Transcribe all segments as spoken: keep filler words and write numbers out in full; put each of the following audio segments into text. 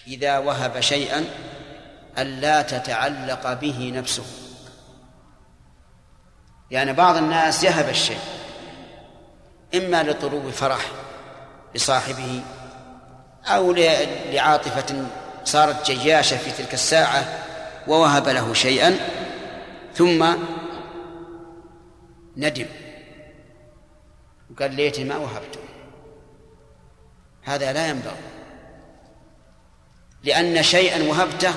إذا وهب شيئا ألا تتعلق به نفسه. يعني بعض الناس يهب الشيء إما لطلوب فرح لصاحبه أو لعاطفة صارت جياشة في تلك الساعة ووهب له شيئا ثم ندم وقال ليتني ما وهبته. هذا لا ينبغي، لأن شيئا وهبته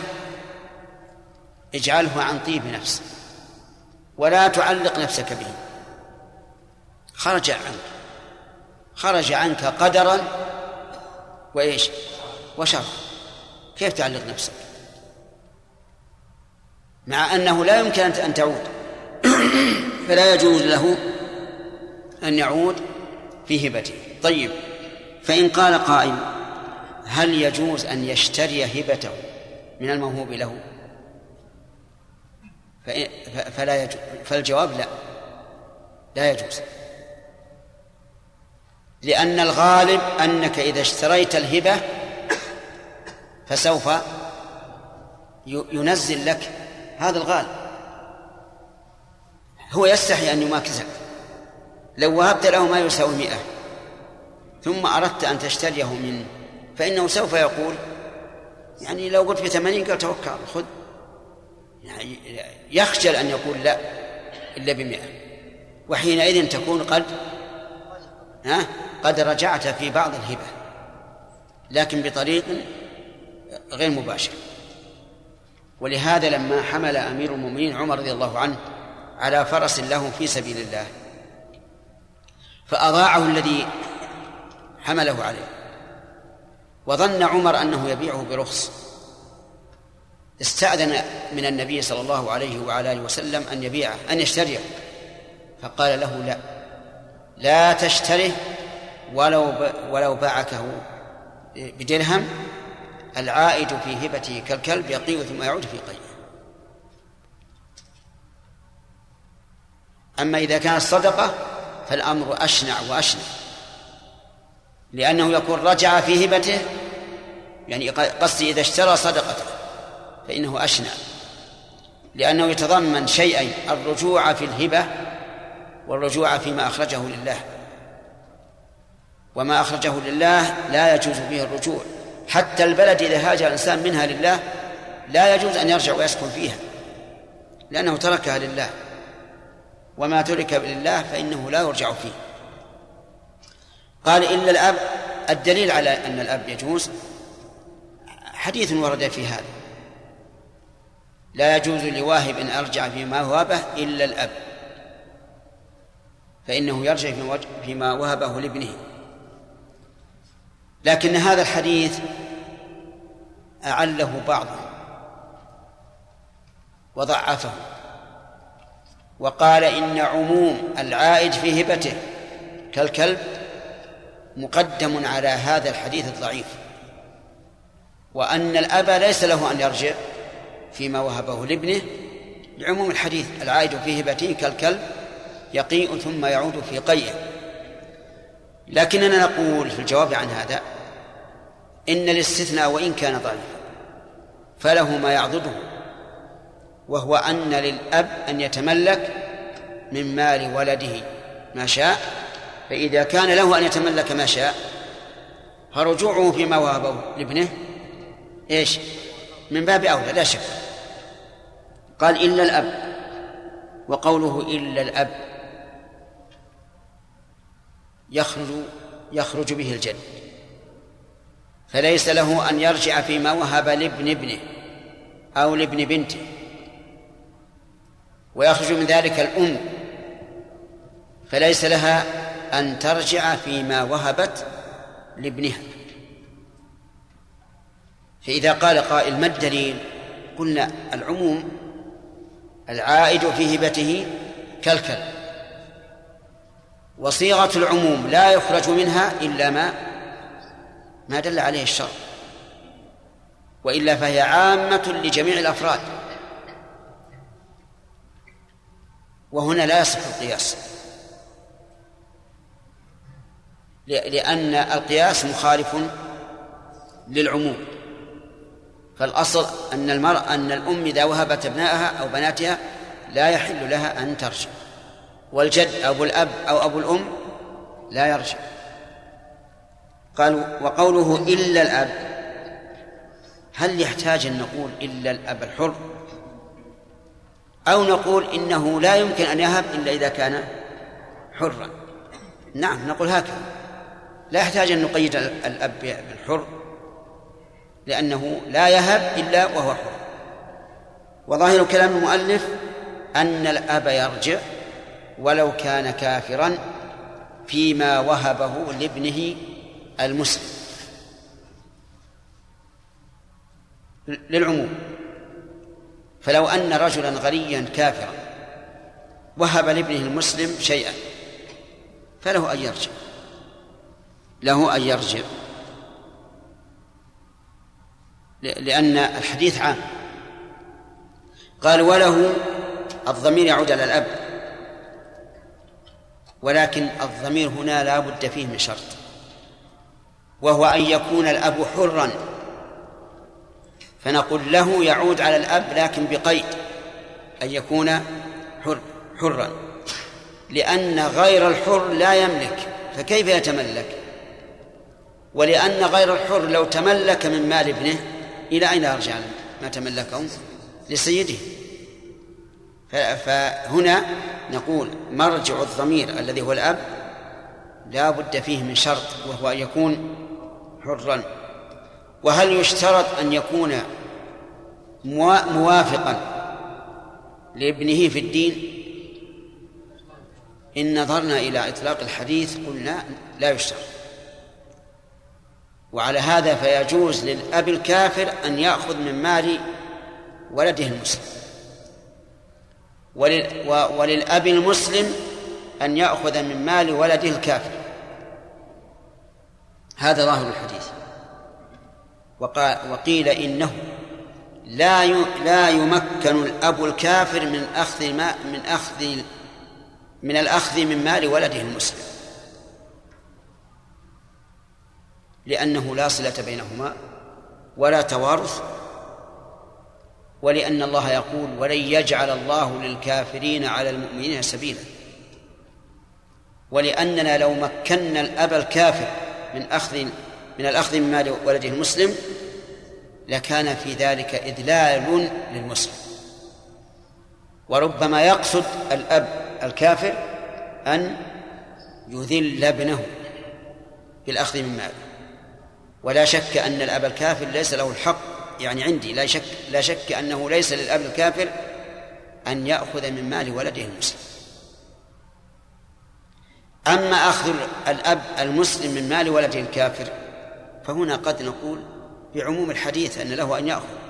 اجعله عن طيب نفس ولا تعلق نفسك به. خرج عنك خرج عنك قدرا وإيش وشرا، كيف تعلق نفسك مع أنه لا يمكن أن تعود؟ فلا يجوز له أن يعود في هبته. طيب، فإن قال قائل هل يجوز أن يشتري هبته من الموهوب له؟ فلا يجوز. فالجواب لا لا يجوز، لأن الغالب أنك إذا اشتريت الهبة فسوف ينزل لك، هذا الغالب. هو يستحي أن يماكسك. لو وهبت له ما يساوي مئة ثم أردت أن تشتريه منه فإنه سوف يقول يعني لو قلت بثمانين قال توكل خذ، يعني يخجل أن يقول لا إلا بمئة، وحينئذ تكون قد ها قد رجعت في بعض الهبة لكن بطريق غير مباشر. ولهذا لما حمل أمير المؤمنين عمر رضي الله عنه على فرس له في سبيل الله فأضاعه الذي حمله عليه، وظن عمر أنه يبيعه برخص، استأذن من النبي صلى الله عليه وعلى آله وسلم أن يبيعه أن يشتريه، فقال له لا لا تشتره ولو ولو باعكه بدرهم، العائد في هبته كالكلب يقيء ثم يعود في قيء. أما إذا كانت صدقة فالأمر أشنع وأشنع، لأنه يكون رجع في هبته، يعني قصدي إذا اشترى صدقته فإنه أشنع، لأنه يتضمن شيئين: الرجوع في الهبة والرجوع فيما أخرجه لله، وما أخرجه لله لا يجوز به الرجوع. حتى البلد إذا هاجر الإنسان منها لله لا يجوز أن يرجع ويسكن فيها لأنه تركها لله، وما ترك لله فإنه لا يرجع فيه. قال إلا الأب. الدليل على أن الأب يجوز حديث ورد في هذا: لا يجوز لواهب أن أرجع فيما وهبه إلا الأب، فإنه يرجع فيما وهبه لابنه. لكن هذا الحديث أعله بعضهم وضعفه وقال إن عموم العائد في هبته كالكلب مقدم على هذا الحديث الضعيف، وأن الأب ليس له أن يرجع فيما وهبه لابنه لعموم الحديث: العائد في هبته كالكلب يقيء ثم يعود في قيئه. لكننا نقول في الجواب عن هذا إن الاستثناء وإن كان ضعيفا فله ما يعضده، وهو أن للأب أن يتملك من مال ولده ما شاء، فإذا كان له أن يتملك ما شاء فرجوعه فيما وهبه لابنه إيش؟ من باب أولى لا شك. قال إلا الأب، وقوله إلا الأب يخرج يخرج به الجد، فليس له أن يرجع فيما وهب لابن ابنه أو لابن بنته، ويخرج من ذلك الأم، فليس لها أن ترجع فيما وهبت لابنها. فإذا قال قائل ما الدليل؟ قلنا العموم: العائد في هبته كالكلب، وصيغة العموم لا يخرج منها إلا ما ما دل عليه الشرع، وإلا فهي عامة لجميع الأفراد، وهنا لا يصح القياس، لأن القياس مخالف للعموم. فالأصل أن المرأة أن الأم إذا وهبت ابنائها أو بناتها لا يحل لها أن ترجع، والجد أبو الأب أو أبو الأم لا يرجع. قالوا وقوله إلا الأب، هل يحتاج أن نقول إلا الأب الحر، أو نقول إنه لا يمكن أن يهب إلا إذا كان حرا؟ نعم نقول هكذا، لا يحتاج أن نقيد الأب بالحر، لأنه لا يهب إلا وهو حر. وظاهر كلام المؤلف أن الأب يرجع ولو كان كافرا فيما وهبه لابنه المسلم للعموم. فلو أن رجلا غنيا كافرا وهب لابنه المسلم شيئا فله أن يرجع، له أن يرجع، لأن الحديث عام. قال وله، الضمير يعود على الأب، ولكن الضمير هنا لا بد فيه من شرط، وهو أن يكون الأب حرا، فنقول له يعود على الأب لكن بقيد أن يكون حر حرا، لأن غير الحر لا يملك فكيف يتملك؟ ولأن غير الحر لو تملك من مال ابنه إلى أين يرجع ما تملكه؟ لسيده. فهنا نقول مرجع الضمير الذي هو الأب لا بد فيه من شرط، وهو أن يكون حرا. وهل يشترط أن يكون موافقا لابنه في الدين؟ إن نظرنا إلى إطلاق الحديث قلنا لا يشترط. وعلى هذا فيجوز للأب الكافر أن يأخذ من مال ولده المسلم، وللأب المسلم أن يأخذ من مال ولده الكافر. هذا ظاهر الحديث. وقيل إنه لا لا يمكن الأب الكافر من أخذ ما من أخذ من الأخذ من مال ولده المسلم، لأنه لا صلة بينهما ولا توارث، ولأن الله يقول ولن يجعل الله للكافرين على المؤمنين سبيلا، ولأننا لو مكنا الأب الكافر من أخذ من الأخذ من مال ولده المسلم لكان في ذلك إذلال للمسلم. وربما يقصد الأب الكافر أن يذل ابنه بالأخذ من ماله، ولا شك أن الأب الكافر ليس له الحق، يعني عندي لا شك لا شك أنه ليس للأب الكافر أن يأخذ من مال ولده المسلم. أما أخذ الأب المسلم من مال ولده الكافر فهنا قد نقول بعموم الحديث أن له أن يأخذ،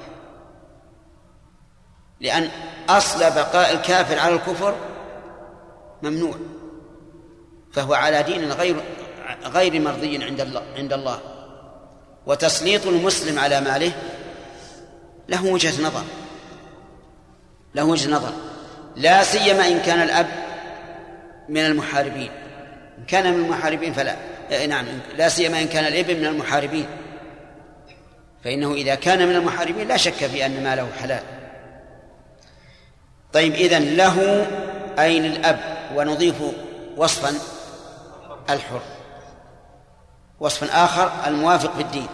لأن أصل بقاء الكافر على الكفر ممنوع، فهو على دين غير غير مرضي عند الله عند الله وتسليط المسلم على ماله له وجهة نظر له وجهة نظر لا سيما إن كان الأب من المحاربين. إن كان من المحاربين فلا نعم لا سيما إن كان الابن من المحاربين، فإنه إذا كان من المحاربين لا شك في أن ماله حلال. طيب إذن له أي للأب، ونضيف وصفا الحر، وصفا آخر الموافق في الدين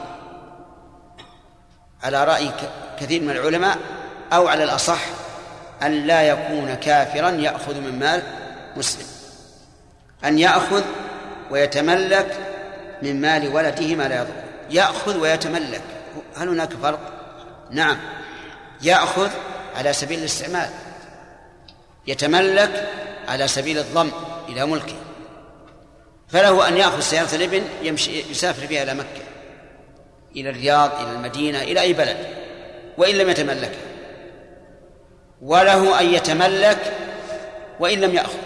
على رأي كثير من العلماء، أو على الأصح أن لا يكون كافرا يأخذ من مال مسلم، أن يأخذ ويتملك من مال ولده ما لا يضر. يأخذ ويتملك، هل هناك فرق؟ نعم، يأخذ على سبيل الاستعمال، يتملك على سبيل الضم إلى ملكه. فله أن يأخذ سيارة الابن يمشي يسافر بها إلى مكة، إلى الرياض، إلى المدينة، إلى أي بلد، وإن لم يتملكها، وله أن يتملك وإن لم يأخذ،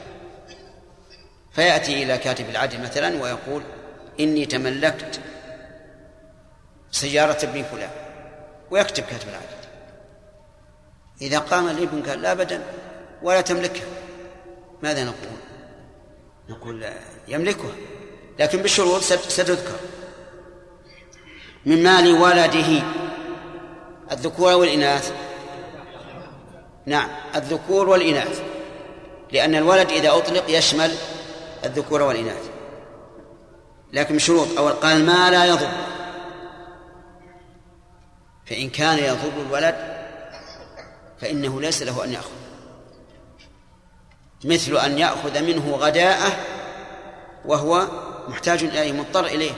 فيأتي إلى كاتب العدل مثلا ويقول إني تملكت سيارة ابن فلان، ويكتب كاتب العدل. إذا قام الابن قال لا أبدا ولا تملكها، ماذا نقول؟ نقول يملكها لكن بالشروط ستذكر. من مال ولده الذكور والإناث؟ نعم، الذكور والإناث، لأن الولد إذا أطلق يشمل الذكور والإناث، لكن شروط. أول قال ما لا يضر، فإن كان يضر الولد فإنه ليس له أن يأخذ، مثل أن يأخذ منه غداءه وهو محتاج إليه مضطر إليه،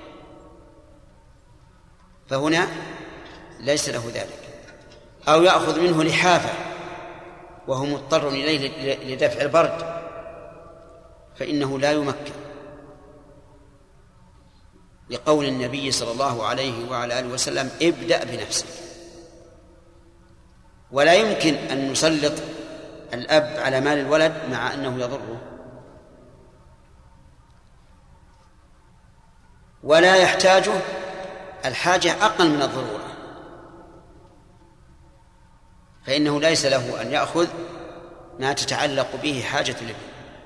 فهنا ليس له ذلك. أو يأخذ منه لحافة وهو مضطر إليه لدفع البرد، فإنه لا يمكن، لقول النبي صلى الله عليه وعلى آله وسلم ابدأ بنفسك. ولا يمكن أن نسلط الأب على مال الولد مع أنه يضره، ولا يحتاجه الحاجة أقل من الضرورة، فإنه ليس له أن يأخذ ما تتعلق به حاجة الابن.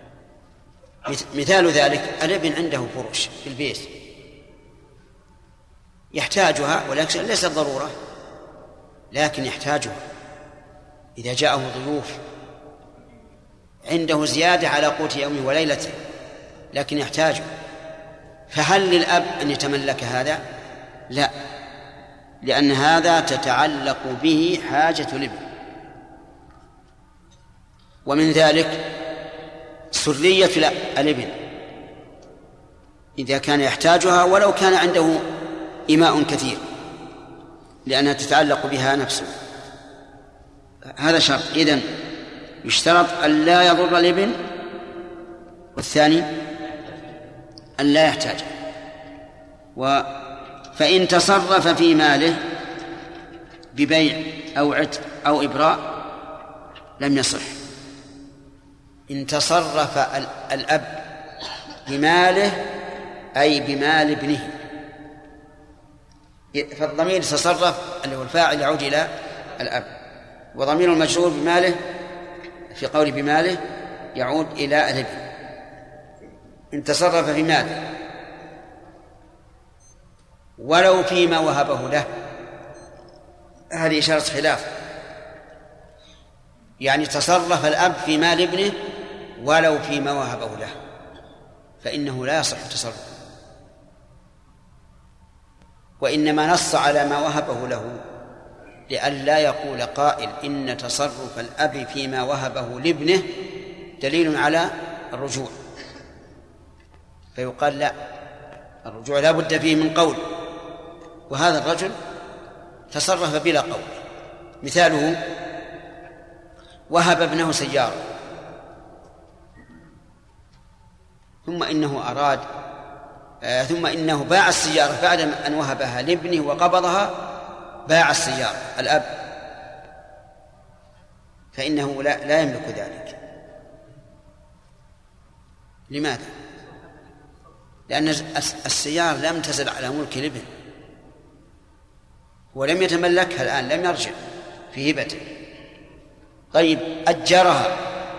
مثال ذلك الابن عنده فرش في البيت يحتاجها، ولكن ليست ضرورة، لكن يحتاجها إذا جاءه ضيوف، عنده زيادة على قوت يومه وليلته لكن يحتاجه، فهل للأب أن يتملك هذا؟ لا، لأن هذا تتعلق به حاجة الابن. ومن ذلك سرية الابن إذا كان يحتاجها ولو كان عنده إماء كثير، لأنها تتعلق بها نفسه، هذا شرط. إذن يشترط أن لا يضر الابن، والثاني أن لا يحتاج. فإن تصرف في ماله ببيع أو عتق أو إبراء لم يصح. إن تصرف الأب بماله أي بمال ابنه، فالضمير تصرف اللي هو الفاعل يعود إلى الأب، وضمير المجرور بماله في قول بماله يعود إلى الابن. إن تصرف في ماله ولو فيما وهبه له، هذه إشارة خلاف، يعني تصرف الأب في مال ابنه ولو فيما وهبه له، فإنه لا يصح تصرف، وإنما نص على ما وهبه له لئلا يقول قائل إن تصرف الأب فيما وهبه لابنه دليل على الرجوع، فيقال لا، الرجوع لا بد فيه من قول، وهذا الرجل تصرف بلا قول. مثاله وهب ابنه سيارة ثم إنه أراد آه ثم إنه باع السيارة بعد أن وهبها لابنه وقبضها، باع السيارة الأب، فإنه لا, لا يملك ذلك. لماذا؟ لأن السيارة لم تزل على ملك الابن ولم يتملكها الآن، لم يرجع في هبته. طيب أجرها،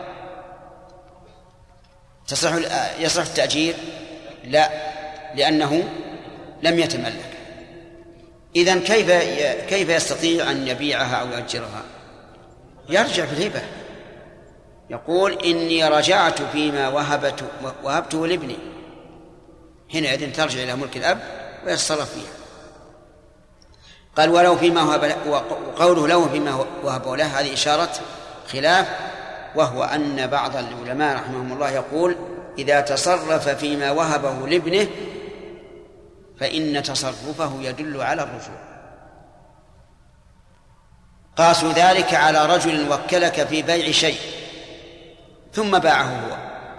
تصح يصح التأجير؟ لا، لأنه لم يتملك. إذن كيف كيف يستطيع أن يبيعها أو يأجرها؟ يرجع في الهبة، يقول إني رجعت فيما وهبت وهبته لابني، حينئذ ترجع إلى ملك الأب ويتصرف فيها. قال ولو فيما وهب، وقوله له فيما وهبه له هذه إشارة خلاف، وهو أن بعض العلماء رحمهم الله يقول إذا تصرف فيما وهبه لابنه فإن تصرفه يدل على الرجوع. قاسوا ذلك على رجل وكلك في بيع شيء ثم باعه هو،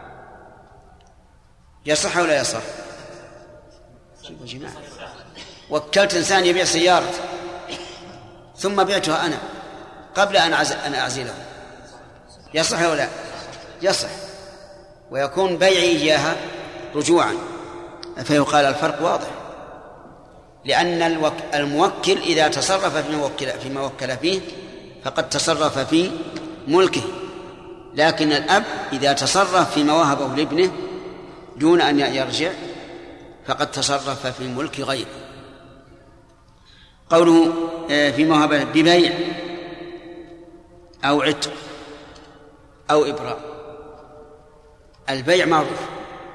يصح ولا يصح؟ شوفوا جماعة، وكلت إنسان يبيع سيارة ثم بعتها أنا قبل أن أن أعزله، يصح ولا يصح؟ ويكون بيعي إياها رجوعا، فيقال الفرق واضح، لأن الموكل إذا تصرف فيما وكل فيه فقد تصرف في ملكه، لكن الأب إذا تصرف فيما وهبه لابنه دون أن يرجع فقد تصرف في ملك غيره. قوله في موهبة ببيع أو عتق أو إبراء. البيع معروف،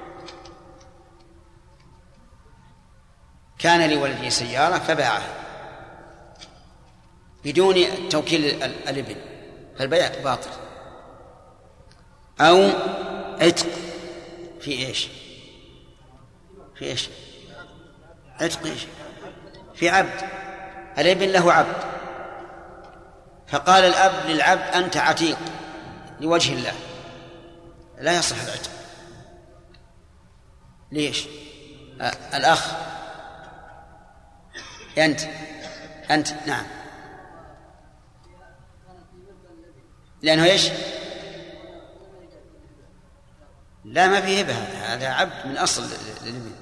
كان لولده سيارة فباعها بدون توكيل الابن فالبيع باطل. أو عتق في إيش في إيش عتق إيش في عبد، الابن له عبد، فقال الأب للعبد أنت عتيق لوجه الله، لا يصح العتق. ليش؟ آه الأخ أنت أنت نعم، لأنه إيش؟ لا ما فيه هبة، هذا عبد من أصل الابن،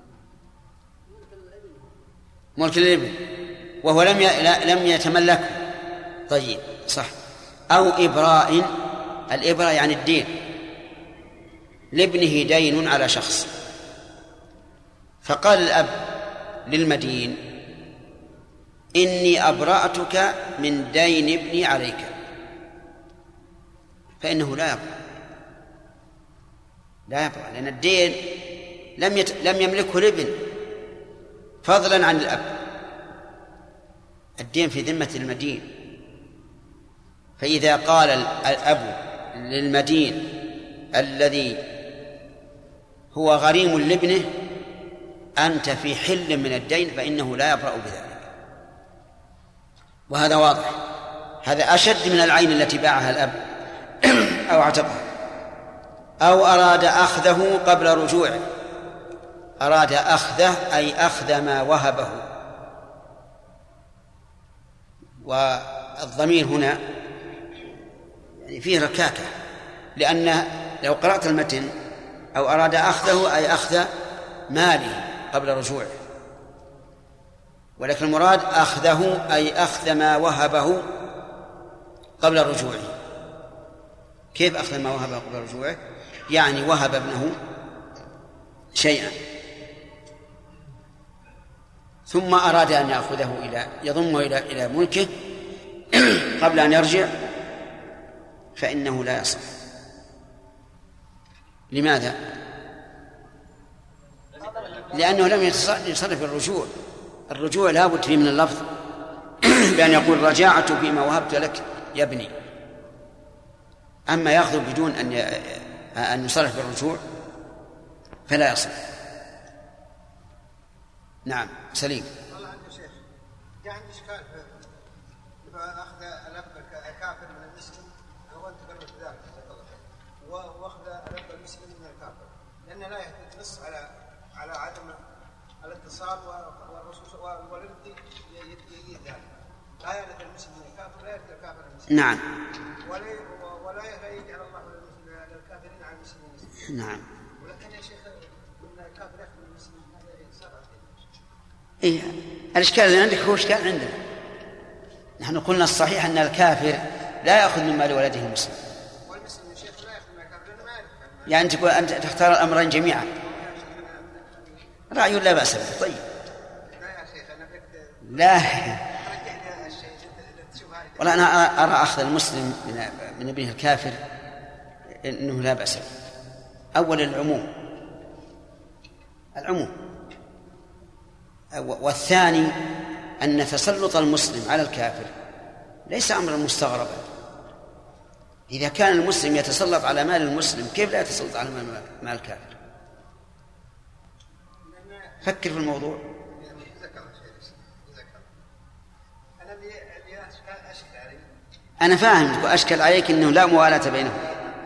ملك الابن وهو لم لم يتملكه. طيب صح. أو إبراء، الإبراء يعني الدين، لابنه دين على شخص، فقال الأب للمدين إني أبرأتك من دين ابني عليك، فإنه لا يبرأ لا يبرأ لأن الدين لم يت... لم يملكه الابن فضلا عن الأب، الدين في ذمة المدين. فإذا قال الأب للمدين الذي هو غريم لابنه أنت في حل من الدين فإنه لا يبرأ بذلك، وهذا واضح. هذا أشد من العين التي باعها الأب أو اعتقها. أو أراد أخذه قبل رجوعه، أراد أخذه أي أخذ ما وهبه، والضمير هنا يعني فيه ركاكة، لأن لو قرأت المتن أو أراد أخذه أي أخذ ماله قبل رجوعه، ولكن المراد أخذه أي أخذ ما وهبه قبل رجوعه. كيف أخذ ما وهبه قبل رجوعه؟ يعني وهب ابنه شيئا ثم أراد أن يأخذه إلى يضمه إلى إلى ملكه قبل أن يرجع، فإنه لا يصح. لماذا؟ لأنه لم يتصرف الرجوع. الرجوع لا بد فيه من اللفظ بأن يقول رجعت فيما وهبت لك يا ابني. أما يأخذ بدون أن أن يصرف بالرجوع فلا يصح. نعم سليم. والله عندي شيخ جاء عندي إشكال في أخذ الأب الكافر من المسلم، هو أنت قررت ذلك وأخذ الأب المسلم من الكافر، لأن لا ينص على على عدم الاتصال، والرسول والولد يجي ذلك، لا يرث المسلم من الكافر، لا يرث الكافر المسلم. نعم. ولا ولا يجعل الله للكافرين على المسلمين. نعم. ولكن يا شيخ من الكافر يأخذ المسلم هذا صار. إيه الإشكال اللي عندك هو إشكال عندنا. نحن قلنا الصحيح أن الكافر لا يأخذ من مال ولده المسلم. والمسلم يا شيخ لا يأخذ من الكافر لأنه ما يعرف. يعني تقول أنت تختار الأمرين جميعا. رأي لا بأس به. طيب. لا يا شيخ أنا فكرت. لا. والله أنا أرى أخذ المسلم من ابنه الكافر إنه لا بأس به. أول العموم العموم والثاني أن تسلط المسلم على الكافر ليس أمرا مستغربا. إذا كان المسلم يتسلط على مال المسلم كيف لا يتسلط على مال الكافر؟ فكر في الموضوع. أنا فاهم أشكل عليك أنه لا موالاة بينهم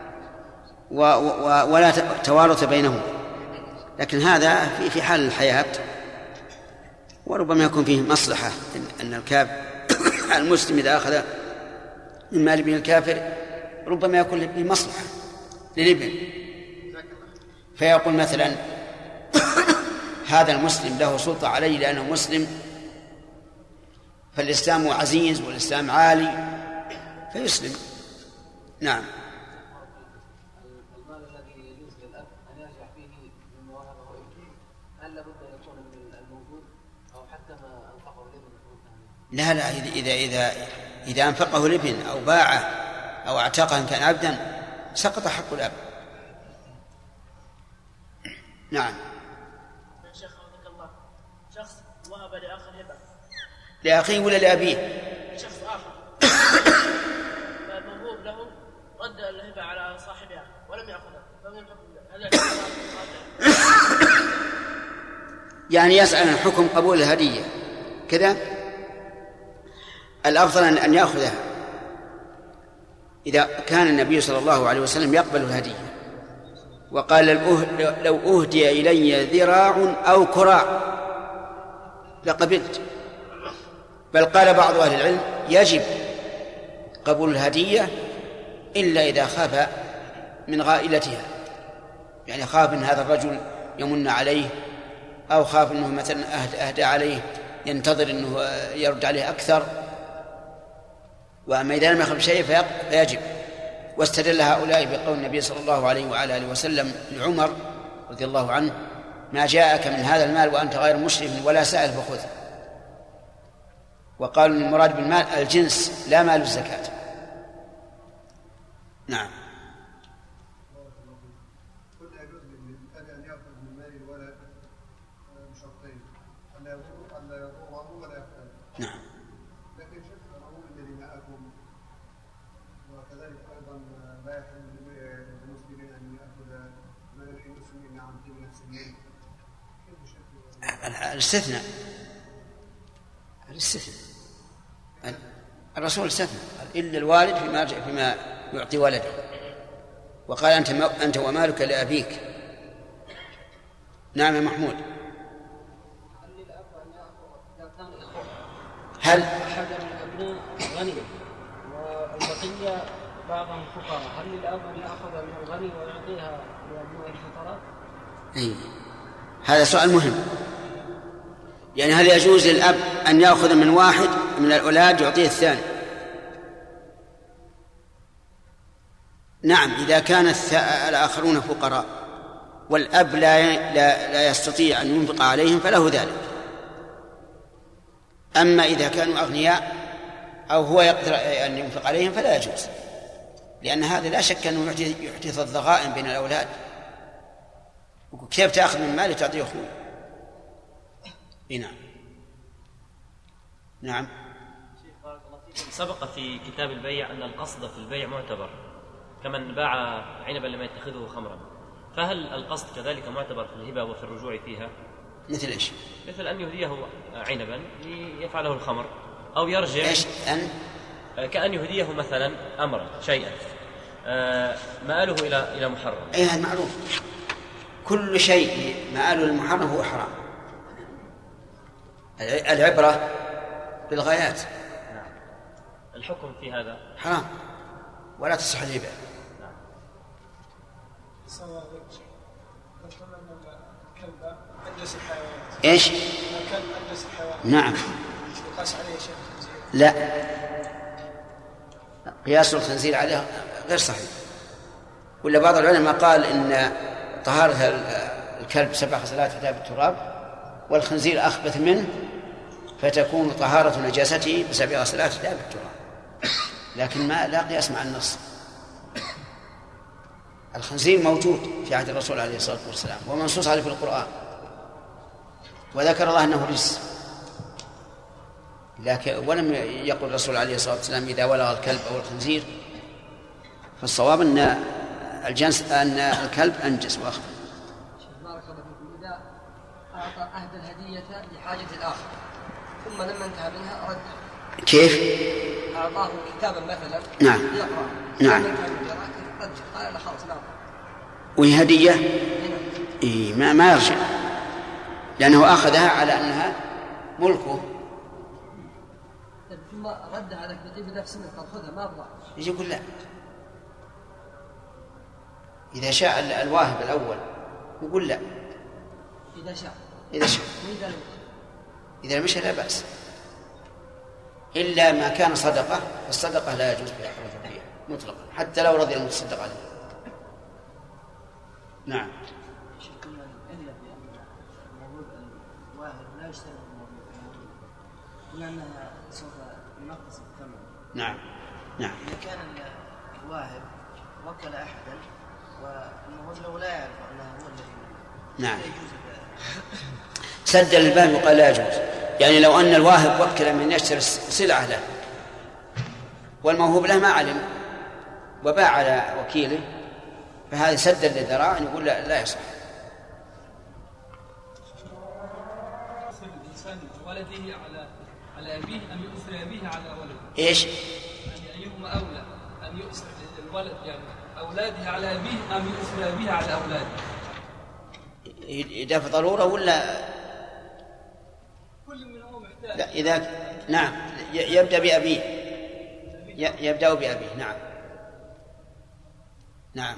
ولا توارث بينهم، لكن هذا في في حال الحياة، وربما يكون فيه مصلحة أن الكافر المسلم إذا أخذ من مال ابن الكافر ربما يكون له مصلحة للابن، فيقول مثلا هذا المسلم له سلطة عليه لأنه مسلم، فالإسلام عزيز والإسلام عالي فيسلم. نعم. المال الذي يجوز للأب أن يرجع فيه مما وهبه ابنه، هل لابد أن يكون من الموجود أو حتى ما أنفقه الابن؟ لا لا إذا إذا إذا أنفقه الابن أو باعه أو اعتقه إن كان عبدا سقط حق الأب. نعم. يا شيخ رحمك الله، شخص وهب لآخر هبة، لأخيه ولا لأبيه؟ شخص آخر فالموهوب له رد الهبة على صاحبها ولم يأخذها، هل يعني يسأل عن حكم قبول الهدية كذا؟ الأفضل أن يأخذها إذا كان النبي صلى الله عليه وسلم يقبل الهدية، وقال لو أهدي إلي ذراع أو كراع لقبلت. بل قال بعض أهل العلم يجب قبول الهدية إلا إذا خاف من غائلتها، يعني خاف من هذا الرجل يمن عليه، أو خاف أنه مثلا أهدى عليه ينتظر أنه يرد عليه أكثر. وأما إذا لم يخف شيء فيجب. واستدل هؤلاء بقول النبي صلى الله عليه وعلى آله وسلم لعمر رضي الله عنه: ما جاءك من هذا المال وأنت غير مشرف ولا سائل فخذه. وقالوا المراد بالمال الجنس لا مال الزكاة. نعم. نعم. لكن شوف العموم الذي معكم، وكذلك ايضا لا يحل للمسلمين ان ياخذ مال المسلمين عن طيب نفس المال. الاستثناء الاستثناء الرسول استثنى الا الوالد فيما فيما يعطي ولده، وقال انت انت ومالك لابيك. نعم يا محمود. هل أحد الأبناء غني والبقية بعضهم فقراء، هل للأب أن يأخذ من الغني ويعطيها لأبناء الفقراء؟ أي هذا سؤال مهم. يعني هل يجوز للأب أن يأخذ من واحد من الأولاد يعطيه الثاني؟ نعم، إذا كان الآخرون فقراء والأب لا لا يستطيع أن ينفق عليهم فله ذلك. أما إذا كانوا أغنياء أو هو يقدر أن ينفق عليهم فلا يجوز، لأن هذا لا شك أنه يحدث الضغائن بين الأولاد. كيف تأخذ من مالي تعطيه أخوه؟ نعم. نعم. سبق في كتاب البيع أن القصد في البيع معتبر كمن باع عنبا لما يتخذه خمرا، فهل القصد كذلك معتبر في الهبة وفي الرجوع فيها؟ مثل إيش؟ مثل أن يهديه عنبا ليفعله الخمر، أو يرجع إيش أن؟ كأن يهديه مثلا أمرا شيئا مآله إلى إلى محرم. إيه المعروف، كل شيء مآله المحرم هو حرام. العبرة بالغايات. نعم. الحكم في هذا حرام ولا تصح الهبة. نعم. ايش؟ نعم. لا، قياس الخنزير عليه غير صحيح. ولا بعض العلماء قال ان طهارة الكلب سبع خصلات تحتها بالتراب، والخنزير أخبث منه فتكون طهارة نجاسته بسبع خصلات تحتها بالتراب، لكن ما لا قياس مع النص. الخنزير موجود في عهد الرسول عليه الصلاة والسلام ومنصوص عليه في القرآن، وذكر الله أنه رجس، لكن ولم يقل الرسول عليه الصلاة والسلام إذا ولغ الكلب أو الخنزير. فالصواب أن الجنس أن الكلب أنجس وأخبث. بارك الله فيكم. إذا أعطى أهدى الهدية لحاجة الآخر ثم لما انتهى منها ردها، كيف؟ أعطاه كتابا مثلا نعم يقرأ، نعم، قال له خلاص نعم، وهي هدية إيه ما ما يرجع، لأنه أخذها على أنها ملكه، ثم ردها لك بطيب نفس منك خذها ما أبغى، يجي يقول لا. إذا شاء الواهب الأول يقول لا، إذا شاء إذا شاء وإذا إذا مشى لا بأس، إلا ما كان صدقة، فالصدقة لا يجوز بها الرجوع فيها مطلقا حتى لو رضي المتصدق عليه. نعم. قلنا أنها سوف ينقص الثمن. نعم نعم. إذا كان الواهب وكل أحدا والمولى لا يعرف أنه هو الذي نعم يجوز سد الباب وقال لا يجوز. يعني لو أن الواهب وكل من يشتري سلعة له والموهوب له ما علم وباع على وكيله، فهذا سد للذراع، نقول لا, لا يصح. الإنسان ولده على على أبيه أم يؤثر أبيه على ولده؟ إيش؟ يعني أيهما أولى أن يؤثر الولد يعني أولاده على أبيه أم يؤثر أبيه على أولاده؟ إذا في ضرورة ولا كل منهم محتاج. لا إذا نعم يبدأ بأبيه، يبدأ بأبيه. نعم نعم.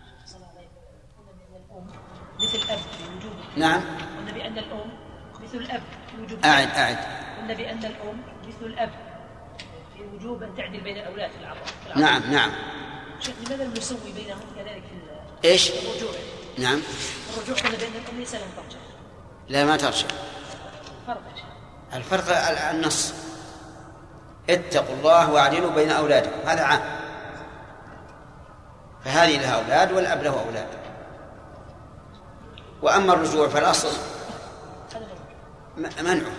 مثل الأب في وجوب. نعم. قلنا بأن الأم مثل الأب في وجوب. أعد أعد. قلنا بأن الأم مثل الأب في وجوب أن تعدل بين الأولاد في العطاء. نعم نعم. شيخ لماذا نسوي بينهم كذلك في إيش؟ الرجوع؟ نعم. الرجوع قلنا بأن الأم ليس لها ترجع. لا ما ترجع. فرق. الفرق النص اتقوا الله واعدلوا بين أولادكم، هذا عام، فهذه لها أولاد والأب له أولاد. وأما الرجوع فالأصل منعه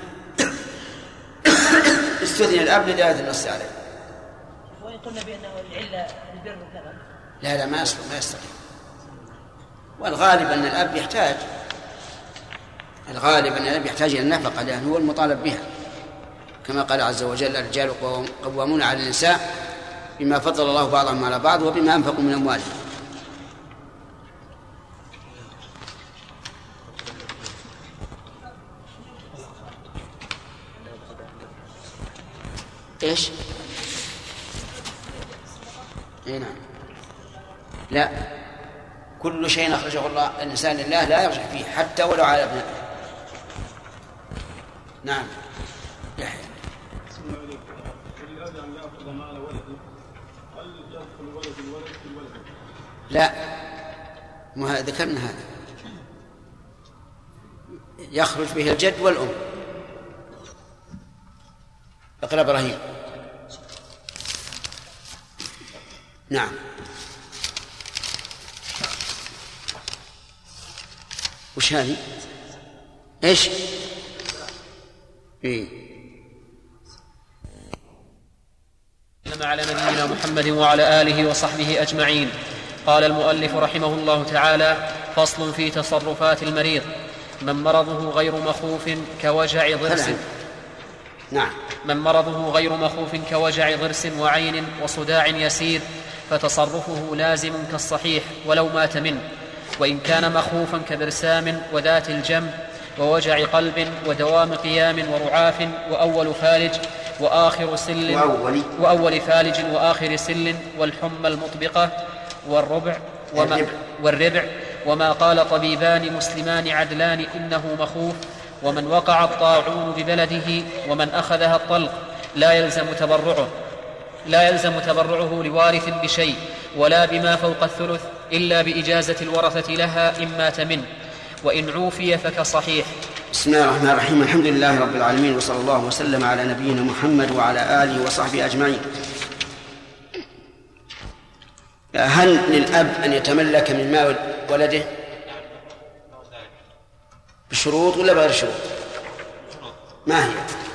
استثنى الأب لدلالة النص عليه. وإن قلنا بأنه العلة البر وكذا لا لا ما يصلح ما يستطيع. والغالب أن الأب يحتاج الغالب أن الأب يحتاج إلى النفقة لأنه هو المطالب بها، كما قال عز وجل الرجال قوامون على النساء بما فضل الله بعضهم على بعض وبما أنفقوا من أموالهم. إيش؟ إيه نعم. لا، كل شيء أخرجه الله الإنسان لله لا يرجع فيه حتى ولو على ابنه. نعم. يحيى. بسم الله عليك. الأب أن يأخذ مال ولده، هل يدخل ولد الولد في الولد؟ لا، ما ذكرنا هذا. يخرج به الجد والأم. اقرأ إبراهيم. نعم. وش هذه؟ ايش؟ ايه. على نبينا محمد وعلى آله وصحبه أجمعين. قال المؤلف رحمه الله تعالى: فصل في تصرفات المريض. من مرضه غير مخوف كوجع ضرس. نعم. من مرضه غير مخوف كوجع ضرس وعين وصداع يسير فتصرفه لازم كالصحيح ولو مات منه، وإن كان مخوفا كبرسام وذات الجنب ووجع قلب ودوام قيام ورعاف وأول فالج وآخر سل وأول, وأول فالج وآخر سل والحمى المطبقة والربع وما, والربع وما قال طبيبان مسلمان عدلان إنه مخوف، ومن وقع الطاعون ببلده ومن أخذها الطلق لا يلزم تبرعه لا يلزم تبرعه لوارث بشيء ولا بما فوق الثلث إلا بإجازة الورثة لها إن مات منه، وإن عوفي فكصحيح. بسم الله الرحمن الرحيم. الحمد لله رب العالمين، وصلى الله وسلم على نبينا محمد وعلى آله وصحبه أجمعين. هل للأب أن يتملك من مال ولده بشروط ولا بغير شروط؟ ما هي؟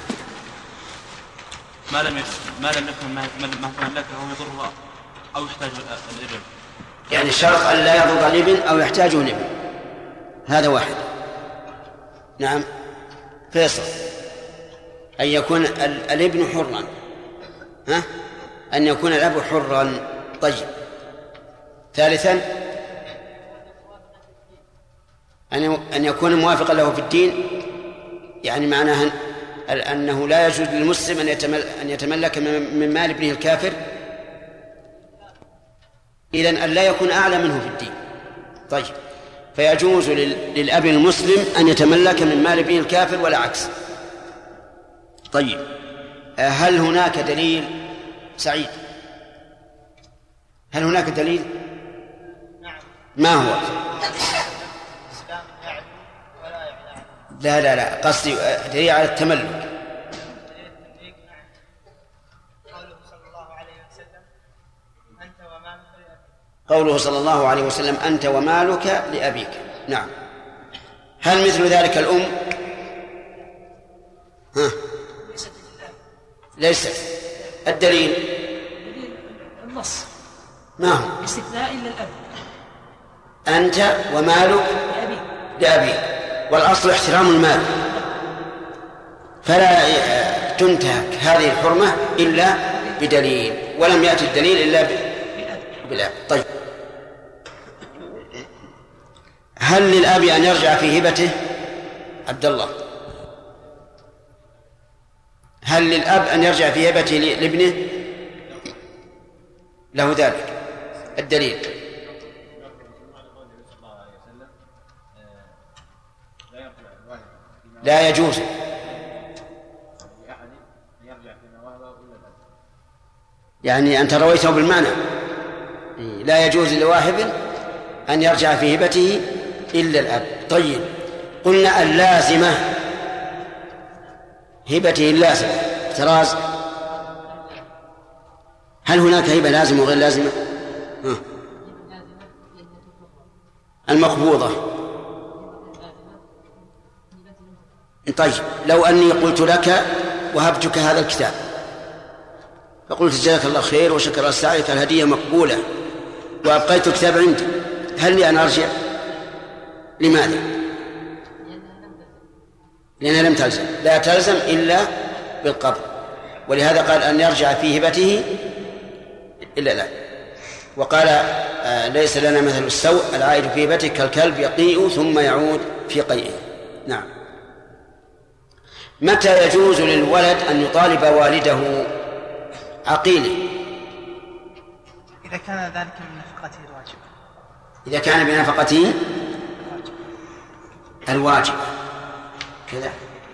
ما لم ما لم يكن ما تملكه يضره أو يحتاج الابن. يعني الشرط أن لا يضر الابن أو يحتاجه الابن، هذا واحد. نعم. فيصل. أن يكون الابن حرا، ها؟ أن يكون الأب حرا. طيب. ثالثا أن يكون موافقا له في الدين، يعني معناها أنه لا يجوز للمسلم أن يتملك من مال ابنه الكافر، إذن أن لا يكون أعلى منه في الدين. طيب. فيجوز للأب المسلم أن يتملك من مال ابنه الكافر ولا عكس. طيب. هل هناك دليل سعيد؟ هل هناك دليل؟ ما هو؟ لا لا لا قصدي دليل على التملك. قوله صلى الله عليه وسلم أنت ومالك لأبيك. نعم. هل مثل ذلك الأم؟ ها؟ ليست. الدليل النص ما هو؟ استثناء إلا الأب. أنت ومالك لأبيك، والأصل احترام المال، فلا تنتهك هذه الحرمة إلا بدليل، ولم يأتي الدليل إلا بالأب. طيب، هل للأب أن يرجع في هبته؟ عبد الله، هل للأب أن يرجع في هبته لابنه؟ له ذلك. الدليل لا يجوز يعني أنت رويته بالمعنى لا يجوز لواهب أن يرجع في هبته إلا الأب. طيب، قلنا اللازمة هبته اللازمة احتراز، هل هناك هبة لازمة وغير لازمة؟ ها. المقبوضة. طيب، لو أني قلت لك وهبتك هذا الكتاب فقلت جزاك الله خير وشكر سعيك الهدية مقبولة وأبقيت الكتاب عندي، هل لي أن أرجع؟ لماذا؟ لأنها لم تلزم، لا تلزم إلا بالقبض، ولهذا قال أن يرجع في هبته إلا لا. وقال آه ليس لنا مثل السوء العائد في هبته كالكلب يقيء ثم يعود في قيئه. نعم. متى يجوز للولد أن يطالب والده عقيله؟ إذا كان ذلك من نفقته الواجبة. إذا كان بنفقته الواجب كذا،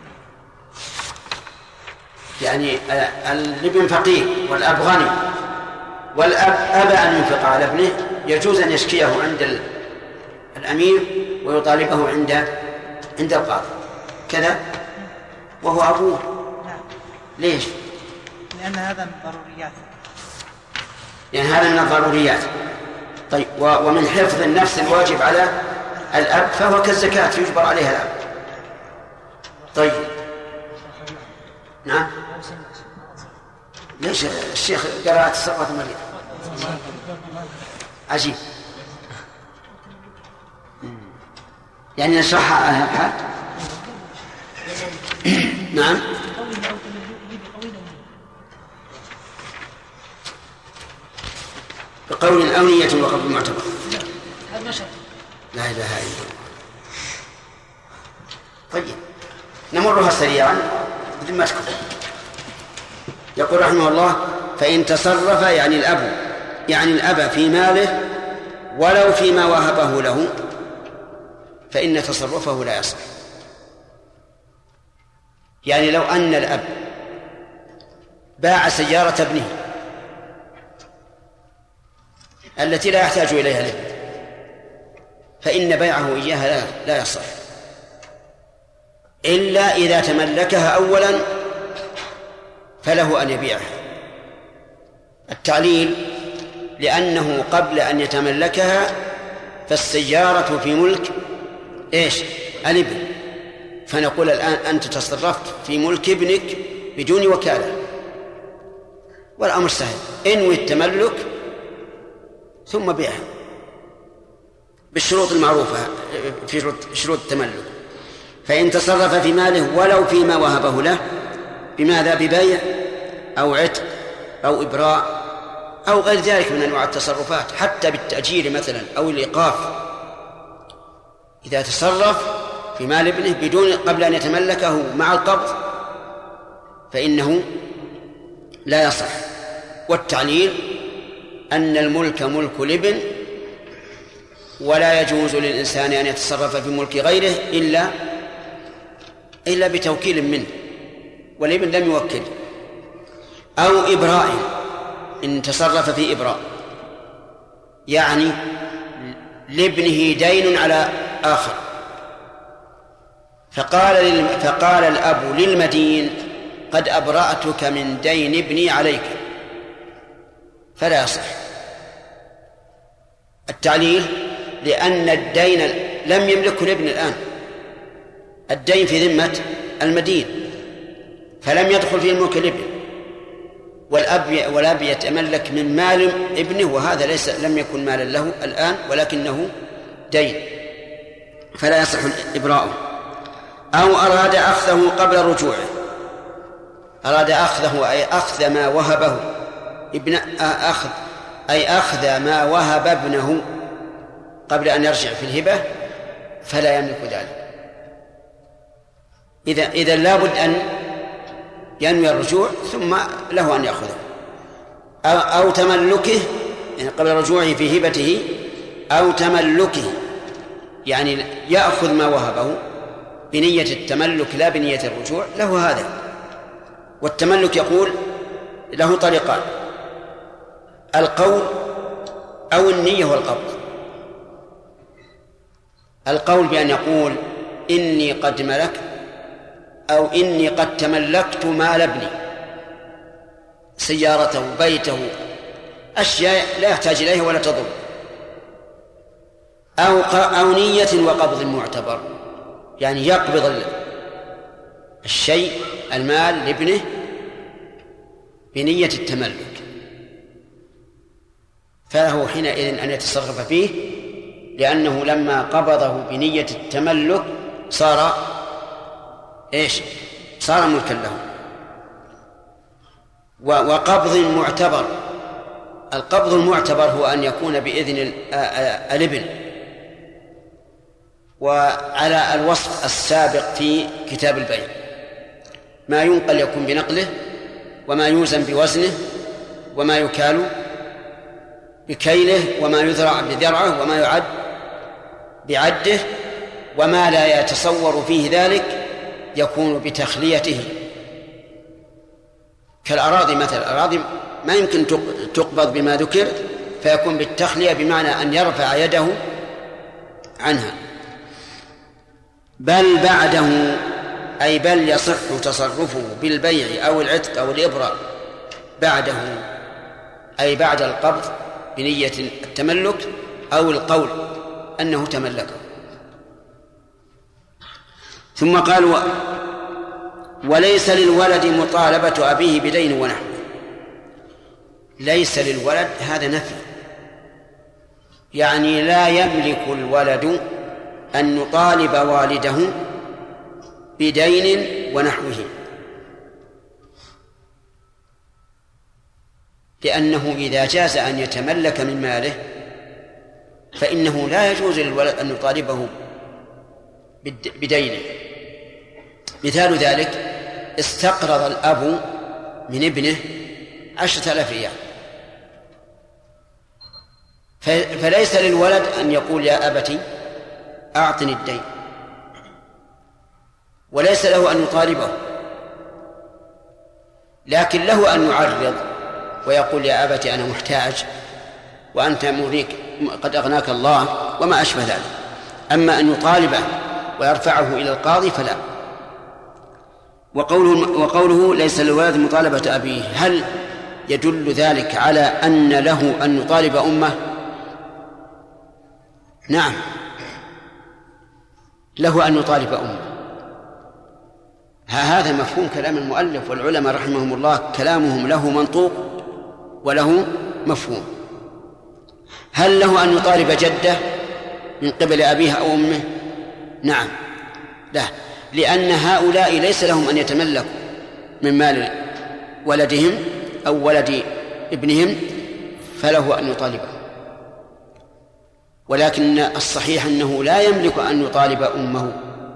يعني الابن فقير والأب غني والأب أبى أن ينفق على ابنه، يجوز أن يشكيه عند الأمير ويطالبه عند عند القاضي كذا وهو أبوه. ليش؟ لأن هذا من الضروريات. يعني هذا من الضروريات. طيب، ومن حفظ النفس الواجب على الأب فهو كالزكاة يجبر عليها الأب. طيب، نعم. ليش الشيخ قراءة الصفات مريض عجيب، يعني نشرحها على الحال. نعم. بقول أو نية وقبل معتبر. لا إله إلا الله. طيب، نمرها سريعا بدون ما تكفر. يقول رحمه الله: فإن تصرف يعني الأب يعني الأب في ماله ولو فيما وهبه له فإن تصرفه لا يصح. يعني لو أن الأب باع سيارة ابنه التي لا يحتاج إليها الابن فإن بيعه إياها لا, لا يصح إلا إذا تملكها أولا فله أن يبيعها. التعليل: لأنه قبل أن يتملكها فالسيارة في ملك إيش؟ الابن، فنقول الآن أنت تصرفت في ملك ابنك بدون وكالة، والأمر سهل، انوي التملك ثم بيعها بالشروط المعروفة في شروط التملك. فإن تصرف في ماله ولو فيما وهبه له بماذا؟ ببيع أو عتق أو إبراء أو غير ذلك من أنواع التصرفات، حتى بالتأجير مثلا أو الإيقاف، إذا تصرف في مال ابنه بدون قبل أن يتملكه مع القبض فإنه لا يصح. والتعليل أن الملك ملك الابن ولا يجوز للإنسان أن يتصرف في ملك غيره إلا إلا بتوكيل منه، والابن لم يوكل، أو إبراء إن تصرف في إبراء، يعني لابنه دين على آخر فقال, للم... فقال الأب للمدين: قد أبرأتك من دين ابني عليك، فلا يصح. التعليل لأن الدين لم يملكه الابن الآن، الدين في ذمة المدين فلم يدخل في ملك الابن، والأب والأب يتملك من مال ابنه، وهذا ليس لم يكن مالا له الآن ولكنه دين، فلا يصح إبراءه. أو أراد أخذه قبل رجوعه، أراد أخذه أي أخذ ما وهبه ابن أخذ أي أخذ ما وهب ابنه قبل أن يرجع في الهبة فلا يملك ذلك. إذا إذا لابد أن ينوي الرجوع ثم له أن يأخذه، أو, أو تملكه يعني قبل رجوعه في هبته، أو تملكه يعني يأخذ ما وهبه بنية التملك لا بنية الرجوع، له هذا. والتملك يقول له طريقان: القول أو النية والقبض. القول بأن يقول إني قد ملكت أو إني قد تملكت مال ابني، سيارته، بيته، أشياء لا يحتاج إليها ولا تضر. أو أو نية وقبض معتبر، يعني يقبض الشيء المال لابنه بنية التملك، فله حينئذ أن يتصرف فيه، لأنه لما قبضه بنية التملك صار إيش؟ صار ملكا له. وقبض معتبر، القبض المعتبر هو أن يكون بإذن الابن، وعلى الوصف السابق في كتاب البيع، ما ينقل يكون بنقله، وما يوزن بوزنه، وما يكال بكيله، وما يذرع بذرعه، وما يعد بعده، وما لا يتصور فيه ذلك يكون بتخليته، كالأراضي مثلا. الأراضي ما يمكن تقبض بما ذكر، فيكون بالتخلية بمعنى أن يرفع يده عنها. بل بعده أي بل يصح تصرفه بالبيع أو العتق أو الإبراء بعده، أي بعد القبض بنية التملك أو القول أنه تملكه. ثم قال و... وليس للولد مطالبة أبيه بدين ونحوه. ليس للولد هذا نفي، يعني لا يملك الولد أن يطالب والده بدين ونحوه، لأنه إذا جاز أن يتملك من ماله فإنه لا يجوز للولد أن يطالبه بدينه. مثال ذلك: استقرض الأب من ابنه عشرة آلاف ريال، فليس للولد أن يقول يا أبتي أعطني الدين، وليس له أن يطالبه، لكن له أن يعرض ويقول يا أبتي أنا محتاج وأنت مريك قد أغناك الله وما أشبه ذلك. أما أن يطالبه ويرفعه إلى القاضي فلا. وقوله, وقوله ليس للولد مطالبة أبيه، هل يدل ذلك على أن له أن يطالب أمه؟ نعم، له أن يطالب أمه. هذا مفهوم كلام المؤلف، والعلماء رحمهم الله كلامهم له منطوق وله مفهوم. هل له أن يطالب جده من قبل أبيها أو أمه؟ نعم، لا، لأن هؤلاء ليس لهم أن يتملكوا من مال ولدهم أو ولد ابنهم، فله أن يطالبه. ولكن الصحيح أنه لا يملك أن يطالب أمه،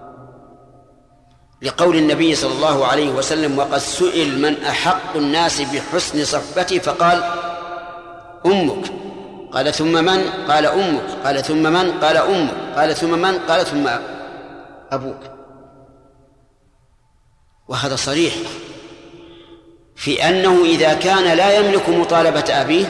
لقول النبي صلى الله عليه وسلم: وقد سئل من أحق الناس بحسن صحبتي فقال أمك، قال ثم من؟ قال أمك، قال ثم من؟ قال أمك، قال ثم من؟ قال ثم أبوك. وهذا صريح في أنه إذا كان لا يملك مطالبة أبيه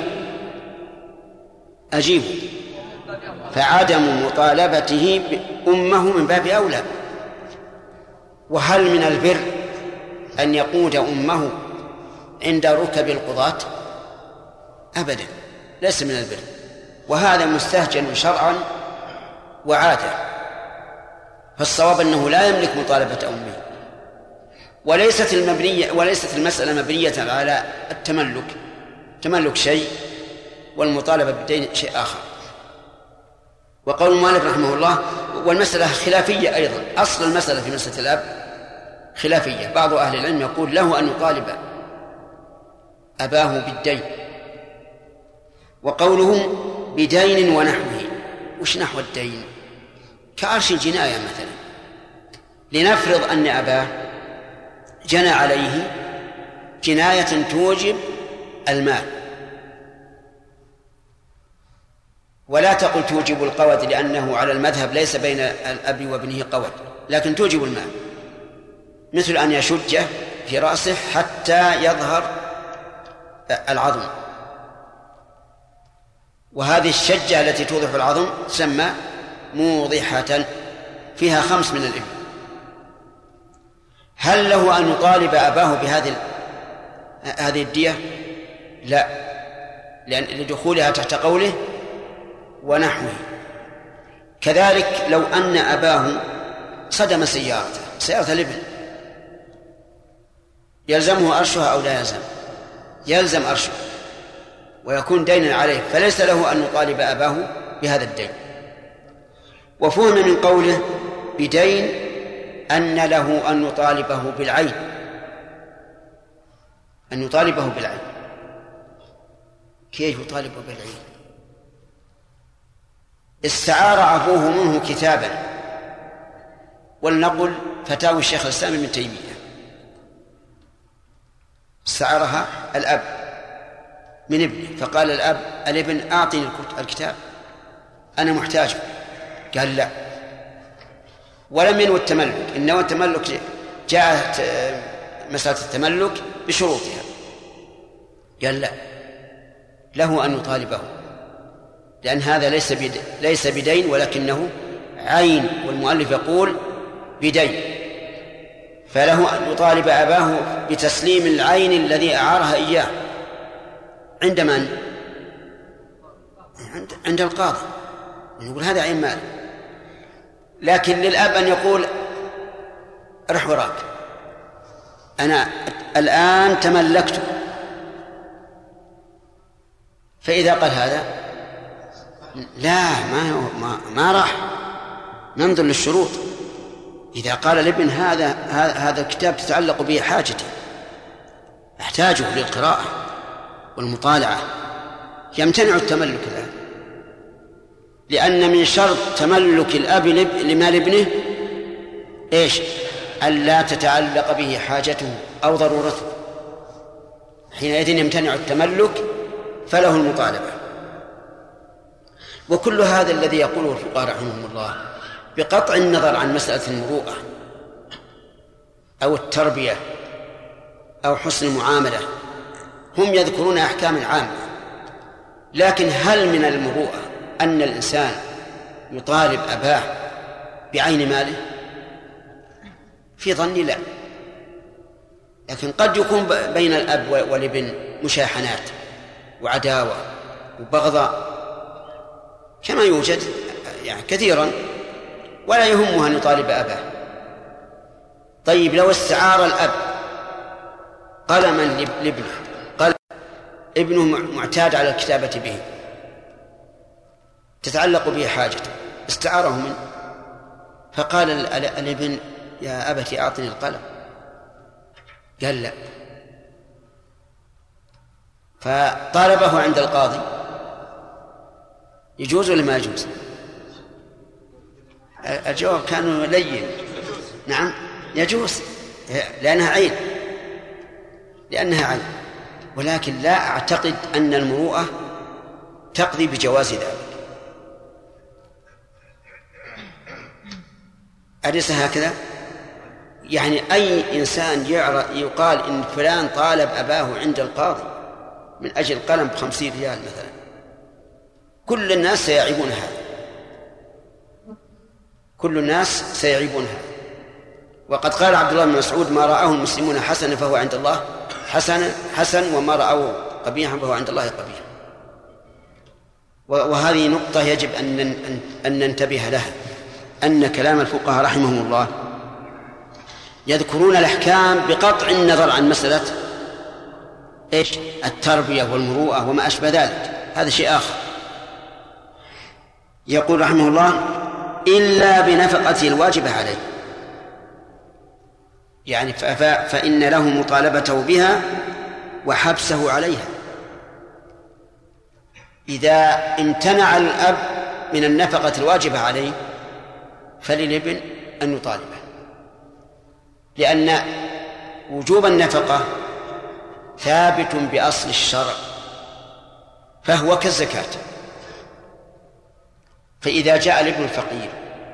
أجيبه، فعدم مطالبته أمه من باب أولى. وهل من البر أن يقود أمه عند ركب القضاة؟ أبدا، ليس من البر. وهذا مستهجن شرعا وعادة، فالصواب أنه لا يملك مطالبة أمه. وليست المبنية وليست المسألة مبنية على التملك، تملك شيء والمطالبة بالدين شيء آخر. وقول المؤلف رحمه الله، والمسألة خلافية أيضا، أصل المسألة في مسألة الأب خلافية. بعض أهل العلم يقول له أن يطالب أباه بالدين، وقوله بدين ونحوه، وش نحو الدين؟ كعرش الجناية مثلا، لنفرض أن أباه جنى عليه جناية توجب المال، ولا تقل توجب القود، لأنه على المذهب ليس بين الأب وابنه قود، لكن توجب المال، مثل أن يشجه في رأسه حتى يظهر العظم، وهذه الشجة التي توضح العظم تسمى موضحة، فيها خمس من الإبل. هل له أن يطالب أباه بهذه هذه الدية؟ لا، لأن لدخولها تحت قوله ونحوه. كذلك لو أن أباه صدم سيارته سيارة الابن، يلزمه أرشها أو لا يلزم؟ يلزم أرشه ويكون دينا عليه، فليس له أن يطالب أباه بهذا الدين. وفهم من قوله بدين أن له أن يطالبه بالعين، أن يطالبه بالعين. كيف يطالبه بالعين؟ استعار أبوه منه كتابا، ولنقل فتاوى الشيخ الإسلام ابن تيمية، استعارها الأب من ابنه، فقال الأب الابن أعطني الكتاب أنا محتاج، قال لا، ولم ينوي التملك، إنما التملك جاءت مسألة التملك بشروطها، قال لا، له أن يطالبه، لأن هذا ليس ليس بدين ولكنه عين، والمؤلف يقول بدين، فله أن يطالب أباه بتسليم العين الذي أعارها إياه. عند من؟ عند, عند القاضي، يقول هذا عين مال. لكن للأب أن يقول رح وراك، أنا الآن تملكته، فإذا قال هذا لا، ما ما, ما راح، ننظر للشروط. إذا قال الابن هذا هذا الكتاب تتعلق به حاجتي، أحتاجه للقراءة والمطالعة، يمتنع التملك الآن، لأن من شرط تملك الأب لمال ابنه إيش؟ ألا تتعلق به حاجته أو ضرورته، حينئذ يمتنع التملك فله المطالبة. وكل هذا الذي يقوله الفقهاء رحمهم الله بقطع النظر عن مسألة المروءة أو التربية أو حسن المعاملة، هم يذكرون أحكام عامة، لكن هل من المروءة أن الإنسان يطالب أباه بعين ماله؟ في ظني لا، لكن قد يكون بين الأب والابن مشاحنات وعداوة وبغضاء كما يوجد يعني كثيرا، ولا يهمه أن يطالب أباه. طيب لو استعار الأب قلما لابنه، قال ابنه معتاد على الكتابة به، تتعلق به حاجته، استعاره منه، فقال الابن يا أبتي أعطني القلم، قال لا، فطالبه عند القاضي، يجوز ولا ما يجوز؟ الجواب كان لين، نعم يجوز، لأنها عين، لأنها عين، ولكن لا أعتقد أن المروءة تقضي بجواز ذلك. أليس هكذا؟ يعني أي إنسان يقال إن فلان طالب أباه عند القاضي من أجل قلم بخمسين ريال مثلا، كل الناس سيعيبون هذا، كل الناس سيعيبون هذا. وقد قال عبد الله بن مسعود ما رآه المسلمون حسنا فهو عند الله حسن حسن وما رأوه قبيحا فهو عند الله قبيح. وهذه نقطة يجب أن أن ننتبه لها، أن كلام الفقهاء رحمهم الله يذكرون الأحكام بقطع النظر عن مسألة إيش التربية والمروءة وما أشبه ذلك، هذا شيء آخر. يقول رحمه الله إلا بنفقته الواجبة عليه، يعني فإن له مطالبته بها وحبسه عليها. إذا امتنع الأب من النفقة الواجبة عليه فللابن أن يطالبه، لأن وجوب النفقة ثابت بأصل الشرع فهو كالزكاة. فإذا جاء الابن الفقير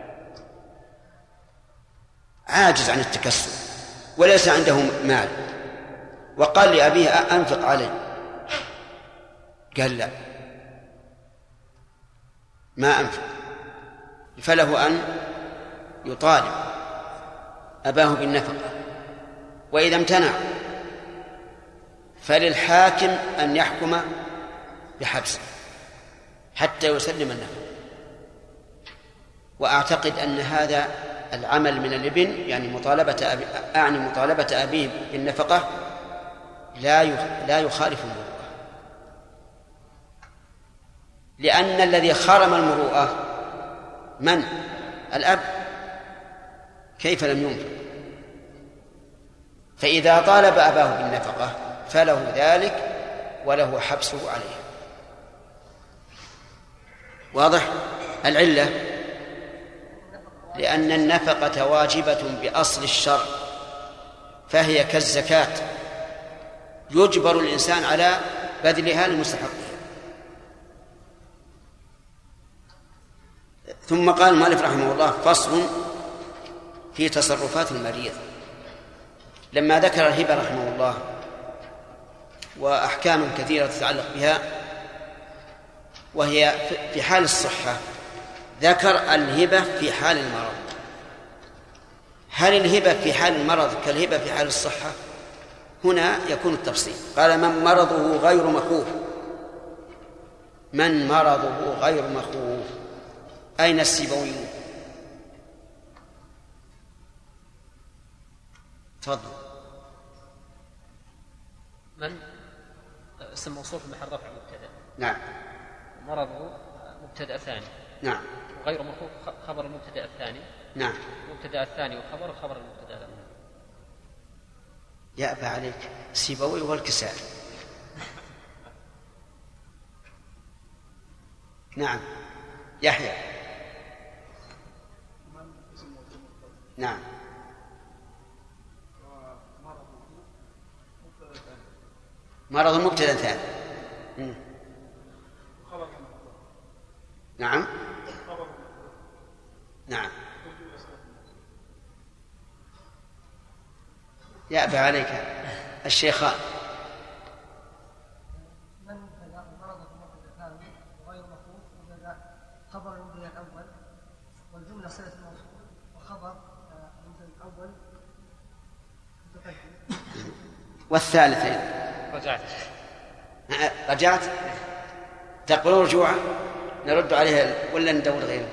عاجز عن التكسب وليس عنده مال وقال لأبيه أنفق علي، قال لا ما أنفق، فله أن يطالب أباه بالنفقة. وإذا امتنع فللحاكم أن يحكم بحبسه حتى يسلم النفقة. وأعتقد أن هذا العمل من الابن يعني مطالبة أبي أعني مطالبة أبيه بالنفقة لا لا يخالف المروءة، لأن الذي خرم المروءة من؟ الأب، كيف لم ينفق؟ فإذا طالب أباه بالنفقة فله ذلك وله حبسه عليه. واضح؟ العلة لأن النفقة واجبة بأصل الشرع فهي كالزكاة يجبر الإنسان على بذلها للمستحقين. ثم قال المؤلف رحمه الله فصل في تصرفات المريض. لما ذكر الهبة رحمه الله وأحكام كثيرة تتعلق بها وهي في حال الصحة ذكر الهبة في حال المرض. هل الهبة في حال المرض كالهبة في حال الصحة؟ هنا يكون التفصيل. قال من مرضه غير مخوف، من مرضه غير مخوف. أين السيبوي؟ تفضل. من اسم موصوف محل رفع مبتدأ. نعم. مرضه مبتدأ ثاني. نعم. وغير مخوف خبر المبتدأ الثاني. نعم. المبتدأ الثاني وخبر خبر المبتدأ الأول. يأبى عليك السيبوي والكسائي. نعم. يحيى. نعم. مرض مبتدأ ثاني. نعم. نعم. يأبى عليك الشيخان. من مرض المبتدأ الثاني وغير مخوف وبدا خبر المبتدأ الأول والجملة صلة الموصول وخبر المبتدأ الأول متقدم. والثالث رجعت. رجعت تقبلون رجوعا نرد عليها ولا ندور غيره؟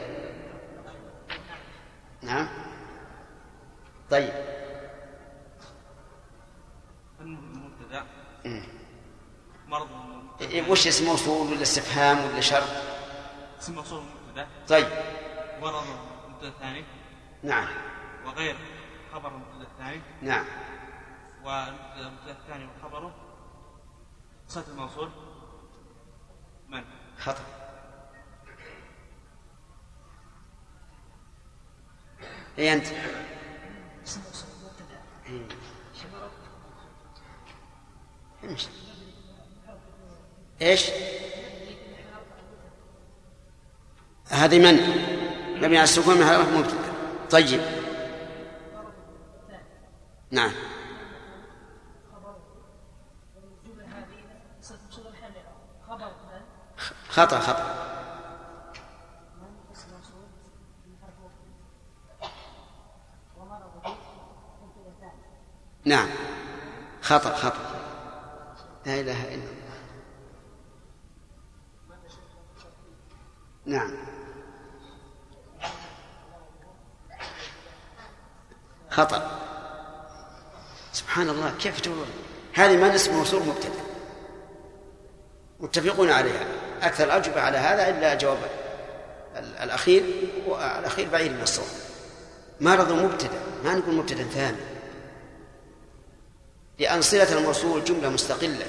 نعم. طيب. المبتدأ مرض وش اسم موصول ولا استفهام ولا شرط؟ اسم موصول مبتدأ. طيب. مرض المبتدأ الثاني. نعم. وغير خبر المبتدأ الثاني. نعم. والمبتدأ الثاني وخبره صلة الموصول من؟ خطأ. اي انت ايش هذه من لم على السكون من حرف مبتدأ. طيب. نعم. خطأ خطأ. نعم. خطأ خطأ. لا إله إلا الله. نعم. خطأ. سبحان الله، كيف تقولون هذه ما اسم موصول مبتدأ؟ متفقون عليها. أكثر الأجوبة على هذا إلا جواب الأخير، والأخير بعيد من الصواب. مرض مبتدأ، ما نقول مبتدأ ثاني، لأن صلة الموصول جملة مستقلة،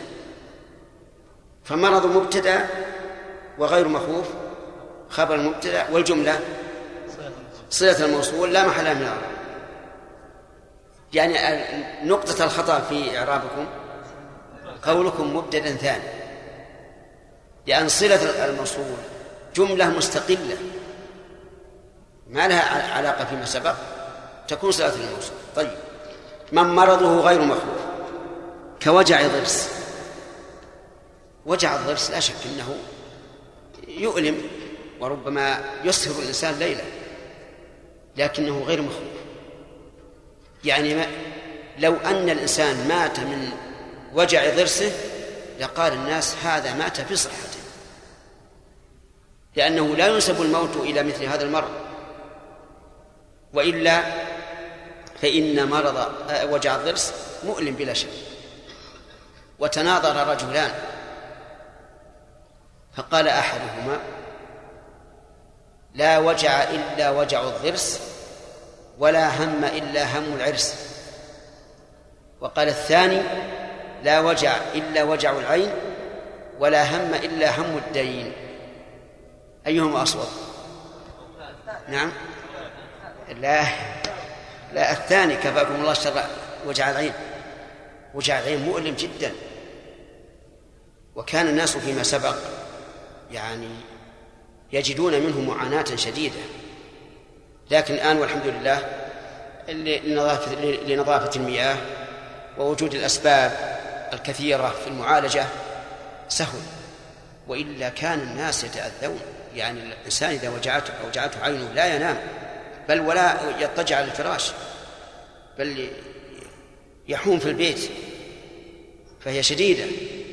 فمرض مبتدأ وغير مخوف خبر المبتدأ، والجملة صلة الموصول لا محل من الإعراب. يعني نقطة الخطأ في إعرابكم قولكم مبتدأ ثاني، لأن صلة الموصول جملة مستقلة ما لها علاقة فيما سبق، تكون صلة الموصول. طيب، من مرضه غير مخوف كوجع ضرس. وجع الضرس لا شك أنه يؤلم وربما يسهر الإنسان ليلة، لكنه غير مخوف. يعني ما لو أن الإنسان مات من وجع ضرسه لقال الناس هذا مات في صحته، لأنه لا ينسب الموت إلى مثل هذا المرض، وإلا فإن مرض وجع الضرس مؤلم بلا شك. وتناظر رجلان فقال أحدهما لا وجع إلا وجع الضرس ولا هم إلا هم العرس، وقال الثاني لا وجع إلا وجع العين ولا هم إلا هم الدين. أيهما أصوب؟ نعم، لا لا الثاني كفاكم الله شر وجع العين. وجع العين مؤلم جدا، وكان الناس فيما سبق يعني يجدون منه معاناة شديدة، لكن الآن والحمد لله لنظافة, لنظافة المياه ووجود الأسباب الكثيرة في المعالجة سهل، وإلا كان الناس يتأذون. يعني الإنسان إذا وجعته أو وجعته عينه لا ينام، بل ولا يضطجع على الفراش، بل يحوم في البيت، فهي شديدة.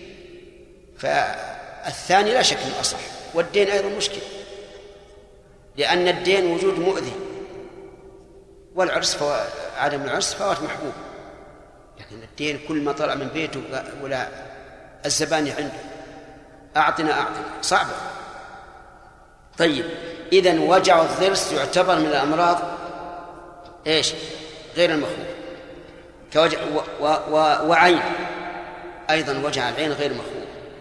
فالثاني لا شك من أصح. والدين أيضا مشكل، لأن الدين وجود مؤذي، والعرس فو... عدم العرس فوات محبوب، لكن الدين كل ما طلع من بيته ولا الزباني عنده أعطنا أعطنا صعبة. طيب، إذن وجع الضرس يعتبر من الأمراض إيش غير المخوف كوجع و... و... و... وعين أيضا وجع العين غير مخوف،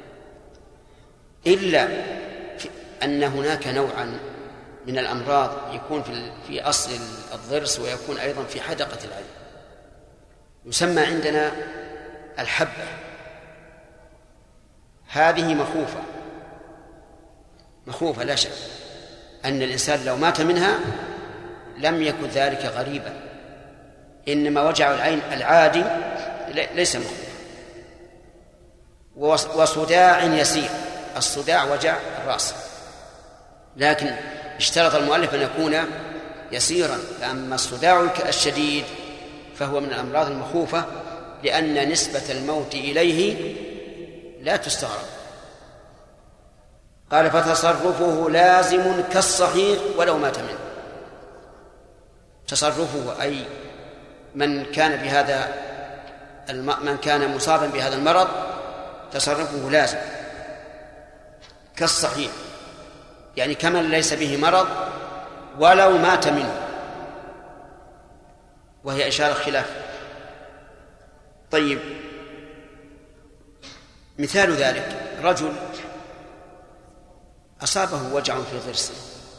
إلا أن هناك نوعا من الأمراض يكون في, في أصل الضرس ويكون أيضا في حدقة العين، يسمى عندنا الحبة. هذه مخوفة مخوفة لا شك أن الإنسان لو مات منها لم يكن ذلك غريبا، إنما وجع العين العادي ليس مخوفا. وصداع يسير، الصداع وجع الرأس، لكن اشترط المؤلف أن يكون يسيرا، أما الصداع الشديد فهو من الأمراض المخوفة، لأن نسبة الموت إليه لا تستغرب. قال فتصرفه لازم كالصحيح ولو مات منه. تصرفه أي من كان بهذا الم... من كان مصابا بهذا المرض تصرفه لازم كالصحيح، يعني كمن ليس به مرض ولو مات منه، وهي إشارة خلاف. طيب، مثال ذلك رجل أصابه وجع في ضرسه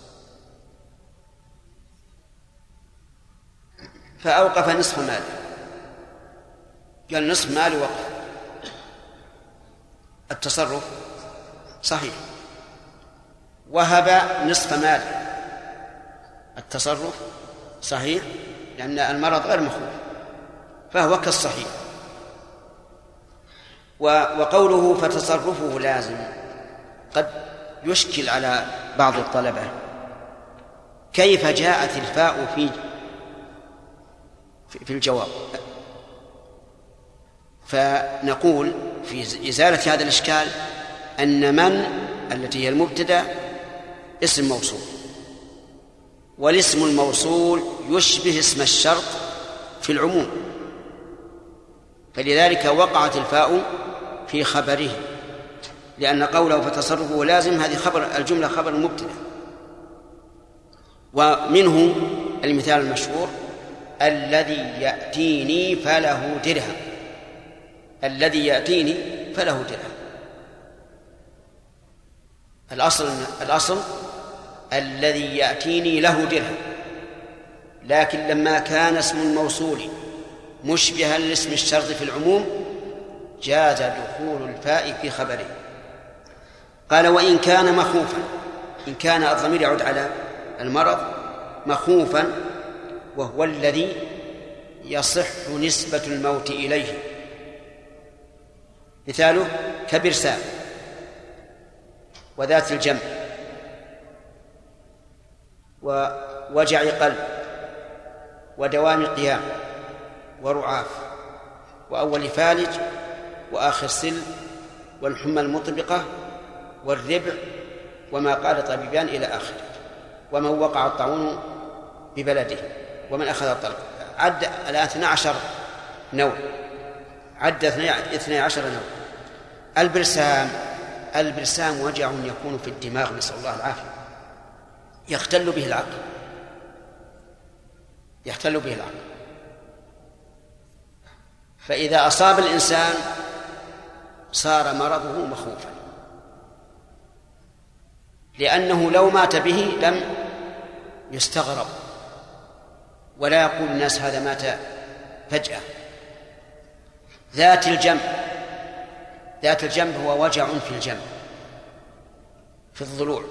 فأوقف نصف ماله، قال نصف مالي وقف. التصرف صحيح. وهب نصف ماله، التصرف صحيح، لأن المرض غير مخوف فهو كالصحيح. وقوله فتصرفه لازم قد يشكل على بعض الطلبة، كيف جاءت الفاء في في الجواب؟ فنقول في إزالة هذا الإشكال أن من التي هي المبتدأ اسم موصول، والاسم الموصول يشبه اسم الشرط في العموم، فلذلك وقعت الفاء في خبره، لأن قوله فتصرفه لازم هذه خبر الجملة خبر مبتدأ. ومنه المثال المشهور الذي يأتيني فله درهم، الذي يأتيني فله درهم. الأصل الأصل الذي يأتيني له درهم، لكن لما كان اسم الموصول مشبها لاسم الشرط في العموم جاز دخول الفاء في خبره. قال وإن كان مخوفا، إن كان الضمير يعود على المرض، مخوفا وهو الذي يصح نسبة الموت إليه، مثاله كبرسام وذات الجنب ووجع قلب ودوام قيام ورعاف وأول فالج وآخر سل والحمى المطبقة والربع وما قال طبيبان إلى آخر، ومن وقع الطاعون ببلده ومن أخذ الطلق. عد الآن اثنا عشر نوع، عد اثني عشر نوع. البرسام، البرسام وجع يكون في الدماغ نسأل الله العافية، يختل به العقل، يختل به العقل، فإذا أصاب الإنسان صار مرضه مخوفا، لأنه لو مات به لم يستغرب ولا يقول الناس هذا مات فجأة. ذات الجنب، ذات الجنب هو وجع في الجنب في الضلوع،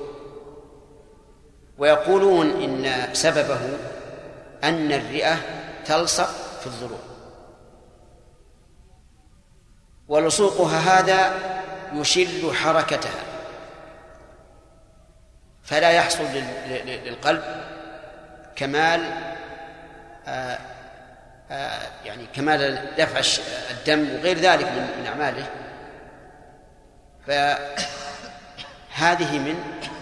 ويقولون إن سببه أن الرئة تلصق في الضلوع، ولصوقها هذا يشل حركتها، فلا يحصل للقلب كمال آآ آآ يعني كمال دفع الدم وغير ذلك من أعماله. فهذه من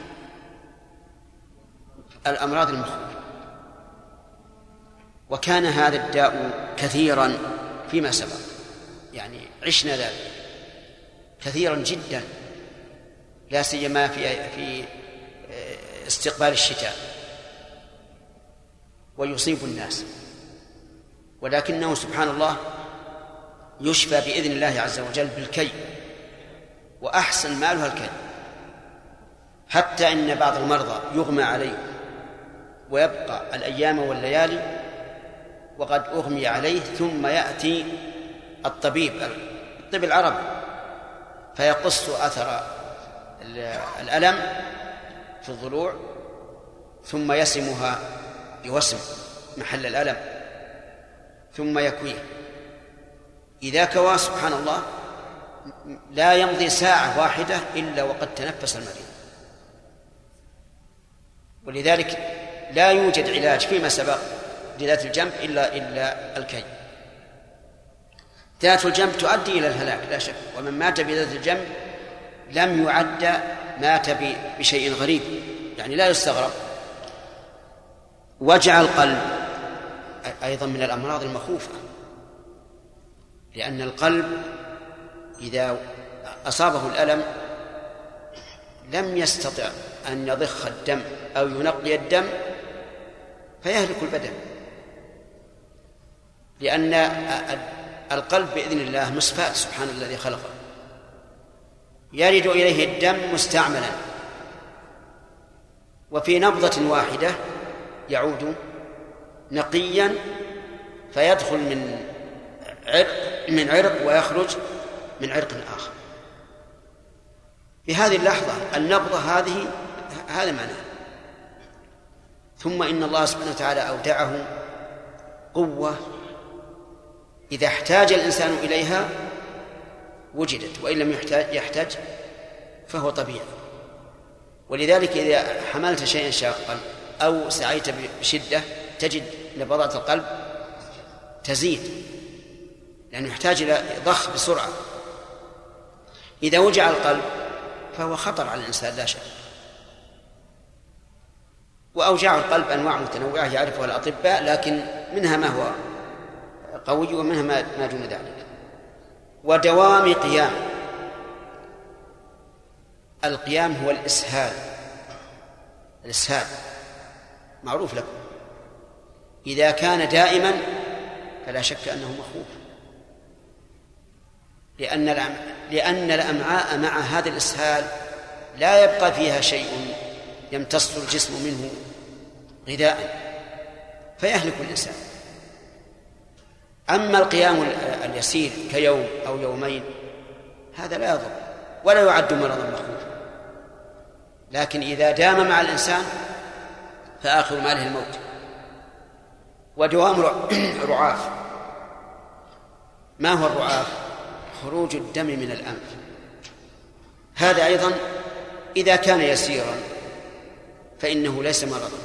الأمراض المخوفة. وكان هذا الداء كثيرا فيما سبق، يعني عشنا ذلك كثيرا جدا، لا سيما في في استقبال الشتاء، ويصيب الناس، ولكنه سبحان الله يشفى بإذن الله عز وجل بالكي، وأحسن مالها الكي، حتى إن بعض المرضى يغمى عليه ويبقى الأيام والليالي وقد أغمي عليه، ثم يأتي الطبيب الطب العربي فيقص أثر الألم في الضلوع ثم يسمها بوسم محل الألم ثم يكويه. إذا كوى سبحان الله لا يمضي ساعة واحدة إلا وقد تنفس المريض. ولذلك لا يوجد علاج فيما سبق لذات الجنب إلا إلا الكي. ذات الجنب تؤدي إلى الهلاك لا شك، ومن مات بذات الجنب لم يعد مات بشيء غريب، يعني لا يستغرب. وجع القلب أيضا من الأمراض المخوفة، لأن القلب إذا أصابه الألم لم يستطع أن يضخ الدم أو ينقي الدم فيهلك البدن، لأن القلب بإذن الله مصفاة سبحان الذي خلقه، يرد إليه الدم مستعملا، وفي نبضة واحدة يعود نقيا فيدخل من عرق من عرق ويخرج من عرق آخر. في هذه اللحظة النبضة هذه هذا معناه. ثم إن الله سبحانه وتعالى أودعه قوة إذا احتاج الإنسان إليها وجدت، وإن لم يحتاج يحتاج فهو طبيعي. ولذلك إذا حملت شيئا شاقا أو سعيت بشدة تجد نبضات القلب تزيد، لأنه يحتاج إلى ضخ بسرعة. إذا وجع القلب فهو خطر على الإنسان لا شك. وأوجاع القلب أنواع متنوعة يعرفها الأطباء، لكن منها ما هو قوي ومنها ما دون ذلك. ودوام قيام. القيام هو الإسهال، الإسهال معروف لكم، إذا كان دائما فلا شك أنه مخوف، لأن لأن الأمعاء مع هذا الإسهال لا يبقى فيها شيء يمتص الجسم منه غذاء فيهلك الإنسان. أما القيام اليسير كيوم أو يومين هذا لا يضر ولا يعد مرضا مخوفا، لكن إذا دام مع الإنسان فآخر ماله الموت. ودوام رعاف. ما هو الرعاف؟ خروج الدم من الأنف. هذا أيضا إذا كان يسيرا فإنه ليس مرضا،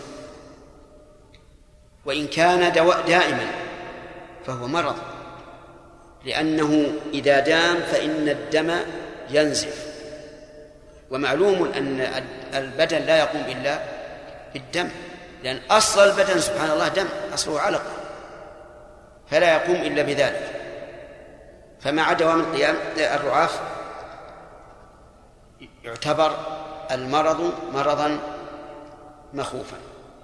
وإن كان دائما فهو مرض، لأنه إذا دام فإن الدم ينزف، ومعلوم أن البدن لا يقوم إلا بالدم، لأن أصل البدن سبحان الله دم، أصله علقة، فلا يقوم إلا بذلك. فمع دوام القيام الرعاف يعتبر المرض مرضا مخوفا.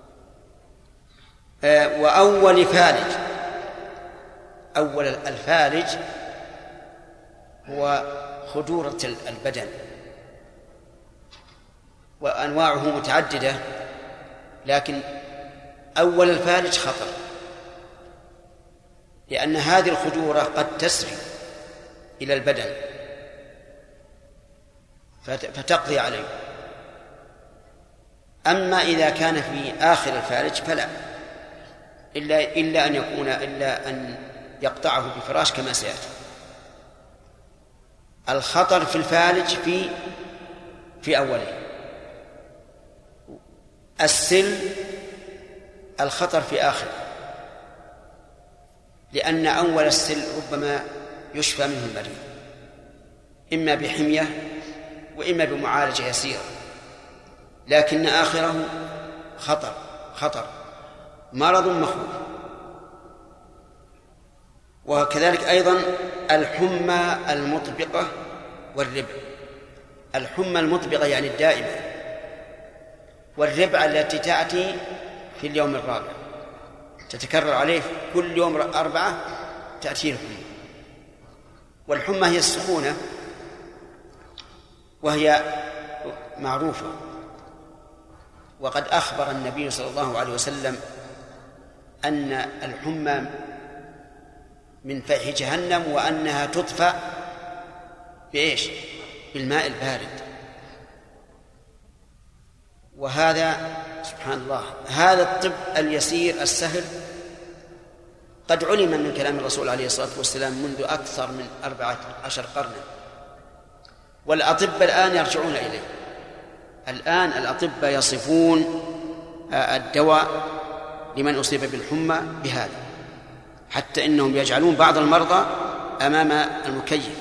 وأول فالج. أول الفالج هو خدورة البدن، وأنواعه متعددة، لكن أول الفالج خطر، لأن هذه الخدورة قد تسري إلى البدن فتقضي عليه. أما إذا كان في آخر الفالج فلا، إلا إلا أن يكون إلا أن يقطعه بفراش كما سيأتي. الخطر في الفالج في في أوله. السل الخطر في آخره، لأن أول السل ربما يشفى منه المريض إما بحمية وإما بمعالجة يسيرة، لكن آخره خطر خطر مرض مخوف. وكذلك أيضا الحمى المطبقة والربع. الحمى المطبقة يعني الدائمة، والربع التي تأتي في اليوم الرابع تتكرر عليه كل يوم أربعة تأتي الحمى. والحمى هي السخونة، وهي معروفة، وقد أخبر النبي صلى الله عليه وسلم أن الحمى من فيح جهنم، وأنها تطفأ بإيش؟ بالماء البارد. وهذا سبحان الله، هذا الطب اليسير السهل قد علم من كلام الرسول عليه الصلاة والسلام منذ أكثر من أربعة عشر قرنا، والأطباء الآن يرجعون إليه. الآن الأطباء يصفون الدواء لمن أصيب بالحمى بهذا، حتى إنهم يجعلون بعض المرضى أمام المكيف.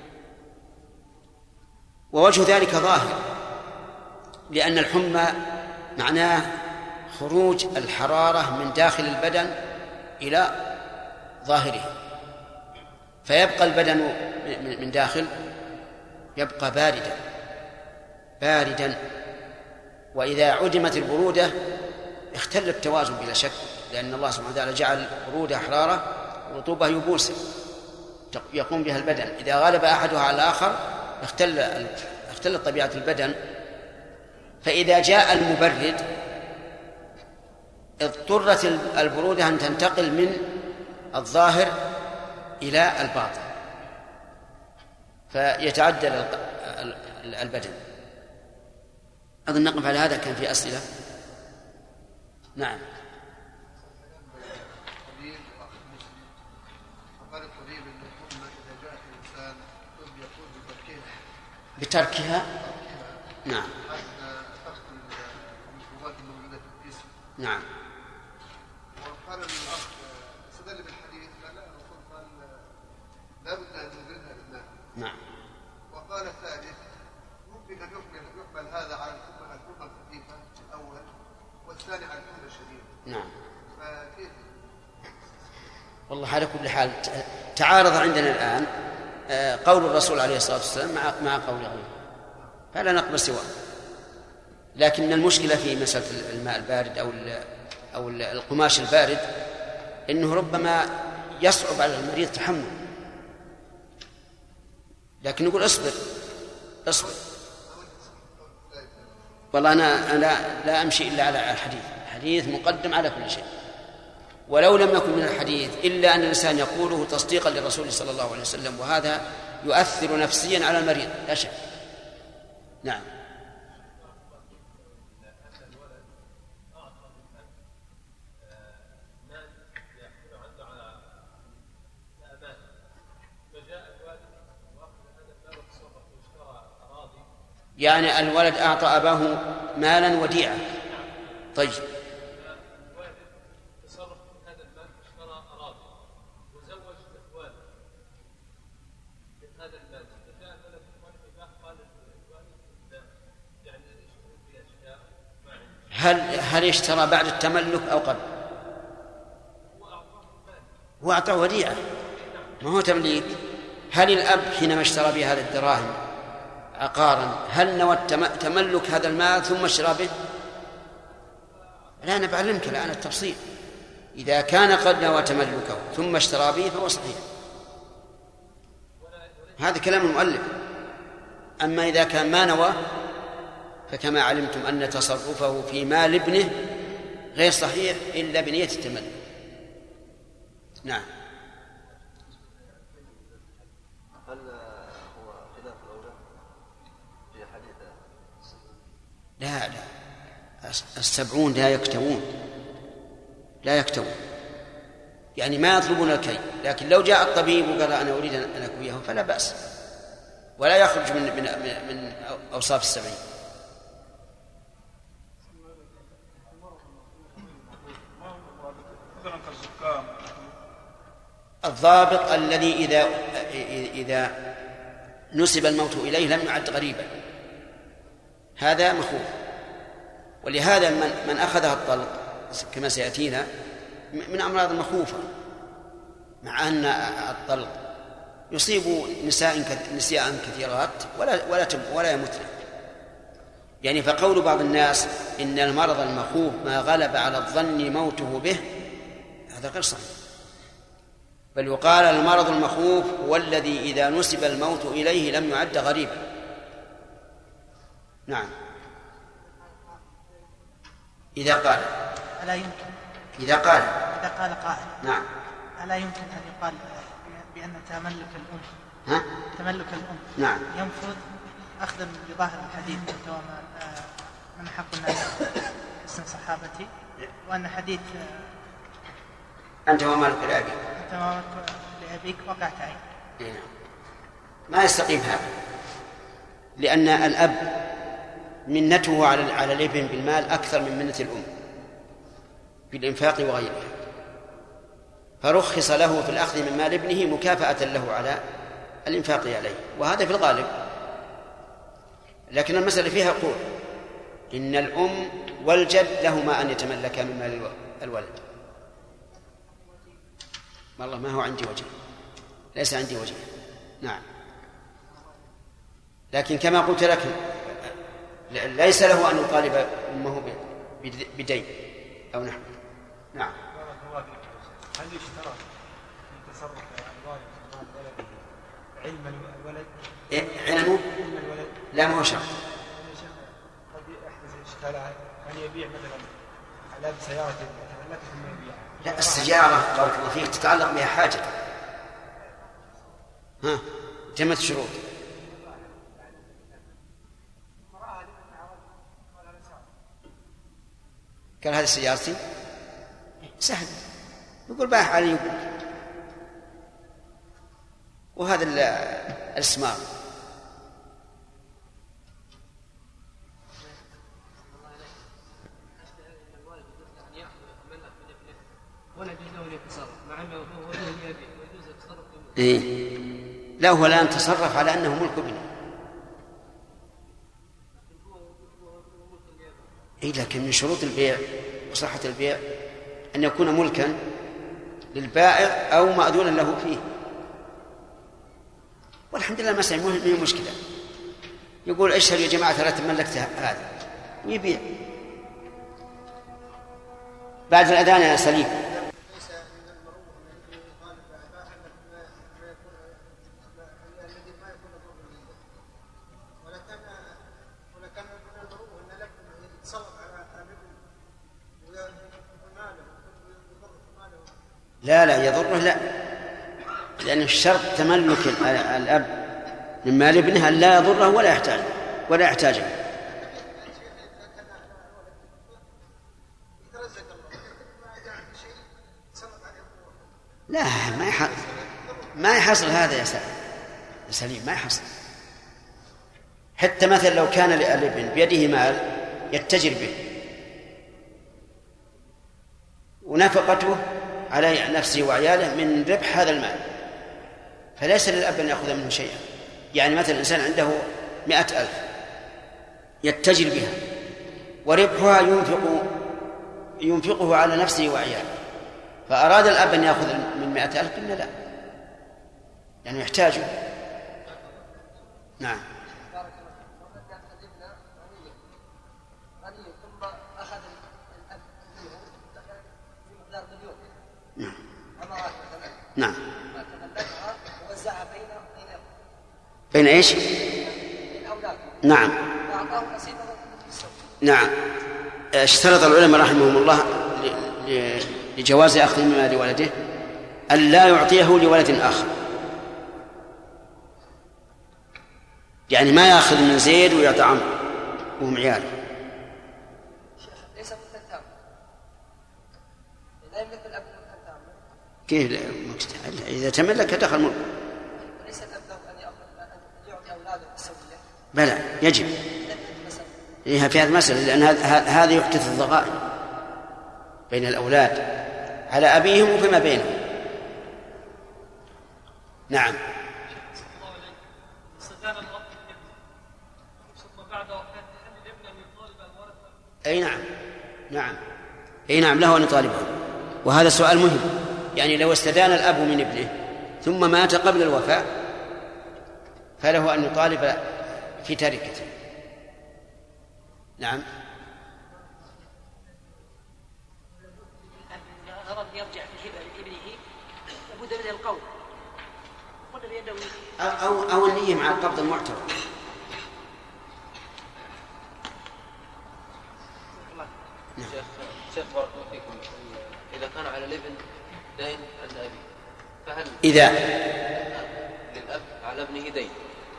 ووجه ذلك ظاهر، لأن الحمى معناه خروج الحرارة من داخل البدن إلى ظاهره، فيبقى البدن من داخل يبقى باردا باردا وإذا عدمت البرودة اختل التوازن بلا شك، لأن الله سبحانه وتعالى جعل برودة حرارة ورطوبة يبوسة يقوم بها البدن. إذا غلب أحدها على الآخر اختل اختلت طبيعة البدن. فإذا جاء المبرد اضطرت البرودة أن تنتقل من الظاهر إلى الباطن فيتعدل البدن. أظن نقف على هذا. كان في أسئلة؟ نعم. بتركها نعم نعم. وقال الأخ استدل بالحديث لا الرسول قال لا بد أن ننزلها لله. نعم. وقال الثالث ممكن أن يقبل يقبل هذا على الحكم الحكم الخفيفة الأول والثاني على الحمل الشديد. نعم. فكيف؟ والله على كل حال تعارض عندنا الآن قول الرسول عليه الصلاة والسلام مع مع قول غيره، فلا نقبل سواه. لكن المشكلة في مسألة الماء البارد أو أو القماش البارد إنه ربما يصعب على المريض تحمله، لكن نقول اصبر اصبر. والله أنا أنا لا أمشي إلا على الحديث، الحديث مقدم على كل شيء، ولو لم يكن من الحديث إلا أن الإنسان يقوله تصديقا للرسول صلى الله عليه وسلم، وهذا يؤثر نفسيا على المريض لا شك. نعم. يعني الولد أعطى أباه مالا وديعة. طيب. هل هل اشترى بعد التملك أو قبل؟ هو أعطاه وديعة ما هو تمليك. هل الأب حينما اشترى بهذه الدراهم عقارا هل نوى تملك هذا المال ثم اشترى به؟ لا، أنا بعلمك الآن التفصيل. إذا كان قد نوى تملكه ثم اشترى به فهو صحيح، هذا كلام المؤلف. أما إذا كان ما نوى فكما علمتم أن تصرفه في مال ابنه غير صحيح إلا بنية التملك. نعم. هل هو خلاف الأولى في حديث؟ لا لا، السبعون لا يكتوون، لا يكتوون، يعني ما يطلبون الكي. لكن لو جاء الطبيب وقال أنا أريد أن أكويه فلا بأس، ولا يخرج من من من أوصاف السبعين. الضابط الذي إذا إذا نسب الموت إليه لم يعد غريبا، هذا مخوف. ولهذا من من أخذها الطلق كما سيأتينا من أمراض المخوفة، مع أن الطلق يصيب نساء نساء كثيرات ولا ولا ولا يموتن. يعني فقول بعض الناس إن المرض المخوف ما غلب على الظن موته به هذا غير صحيح، بل يقال المرض المخوف هو الذي إذا نسب الموت إليه لم يعد غريبا. نعم. إذا قال ألا يمكن إذا قال إذا قال قائل نعم ألا يمكن أن يقال بأن تملك الأم ها؟ تملك الأم نعم ينفذ أخذا بظاهر الحديث من حق الناس اسم صحابتي، وأن حديث أنت ومالك لأبيك أنت ومالك لأبيك وقعت عين. ما يستقيم هذا، لأن الأب منته على على الابن بالمال أكثر من منة الأم بالإنفاق وغيره، فرخص له في الأخذ من مال ابنه مكافأة له على الإنفاق عليه، وهذا في الغالب. لكن المسألة فيها قول إن الأم والجد لهما أن يتملكا من مال الولد. والله ما هو عندي وجه، ليس عندي وجه. نعم. لكن كما قلت لك ليس له أن يطالب أمه بدين أو نحو. نعم. هل يشترط في تصرف الوالد مع ولده علم الولد؟ إيه علمه؟ لا، ما هو شرط. قد يحدث إشكالات أن يبيع مثلا على سيارة يتملكها ثم يبيعها. لا، السيارة بارك الله فيك تتعلق بها حاجة. ها تمت شروط. قال هذه سيارتي سهل، يقول باح علي يقول. وهذا الاسمار ولا يجوز له يتصرف مع انه هو له يبيع ويجوز التصرف. إيه لا، هو الآن تصرف على أنه ملك ابنه. إيه لكن من شروط البيع وصحة البيع أن يكون ملكا للبائع أو مأذونا له فيه، والحمد لله المسألة ما هي مشكلة. يقول اشهد يا جماعة لا تملكت هذا ويبيع بعد الأذان يا سليم. لا لا يضره، لا، لأن الشرط تملك الأب من مال ابنه لا يضره ولا يحتاج ولا يحتاجه. لا ما يحصل ما يحصل هذا يا سليم، ما يحصل. حتى مثلا لو كان الابن بيده مال يتجر به ونفقته على نفسه وعياله من ربح هذا المال، فليس للأب أن يأخذ منه شيئا. يعني مثلا إنسان عنده مئة ألف يتجر بها وربحها ينفق ينفقه على نفسه وعياله، فأراد الأب أن يأخذ من مئة ألف، قلنا لا، يعني يحتاجه. نعم. نعم. بين ايش؟ نعم. نعم. اشترط العلماء رحمهم الله لجواز اخذ من مال ولده أن لا يعطيه لولد آخر، يعني ما يأخذ من زيد ويعطي عمرو وهم عياله. كيف إذا تملك دخل ملك؟ ليس الأب له أن يعطي أولاده بالسوية؟ بلى، يجب إيه في هذه المسألة، لأن هذا يحدث الضغائن بين الأولاد على أبيهم وفيما بينهم. نعم. أي نعم نعم أي نعم له أن يطالبه، وهذا سؤال مهم. يعني لو استدان الأب من ابنه ثم مات قبل الوفاة فله أن يطالب في تركته. نعم. أراد يرجع في الهبة لابنه لابد من القول أو, أو, أو النية مع القبض المعتبر. شيخ شيخ بارك الله فيكم، إذا كان على الابن دين عند أبي، فهل إذا للأب على ابنه دين،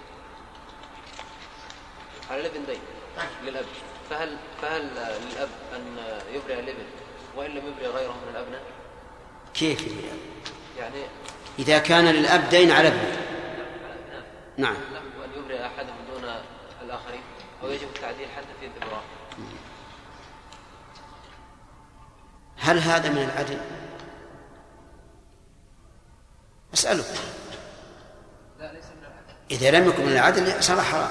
على الابن دين للأب، فهل فهل للأب أن يبرئ الابن وإن لم يبرئ غيره من الأبناء؟ كيف يبرئ؟ يعني إذا كان للأب دين على ابنه، نعم، له أن يبرئ أحدهم دون الآخرين، أو يجب التعديل حتى في الإبراء؟ هل هذا من العدل؟ أسأله. لا ليس من العدل. إذا لم يكن من العدل صار حرام.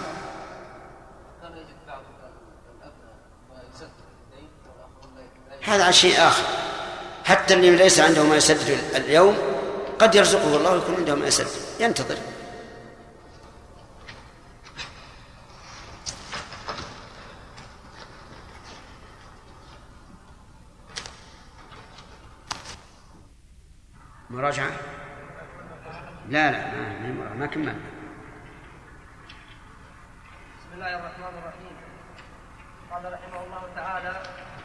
هذا شيء آخر. حتى اللي ليس عنده ما يسدد اليوم قد يرزقه الله ويكون عنده ما يسدد، ينتظر. مراجعة؟ لا لا ما ما كمل. بسم الله الرحمن الرحيم. قال رحمه الله تعالى: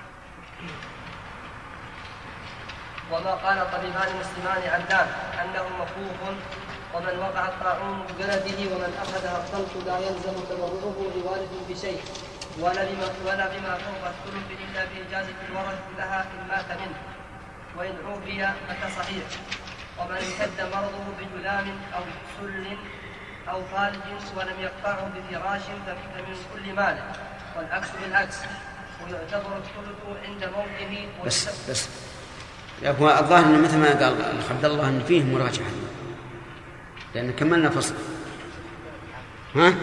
وما قال طبيبان مسلمان عدلان أنه مخوف، ومن وقع الطاعون ببلده ومن أخذها الطلق لا يلزم تبرعه لوالد بشيء ولا بما ولا بما فوق الثلث إلا بإجازة الورث لها إن مات منه، وإن عوفي فكصحيح. ومن اشتد مرضه بجذام أو سل أو فالج ولم يقطعه بفراش فمن كل ماله، والعكس بالعكس، ويعتبر الثلث عند موته. بس بس هو الظاهر إن مثل ما قال الأخ عبد الله إن فيه مراجعة، لأن كملنا فصل. ها؟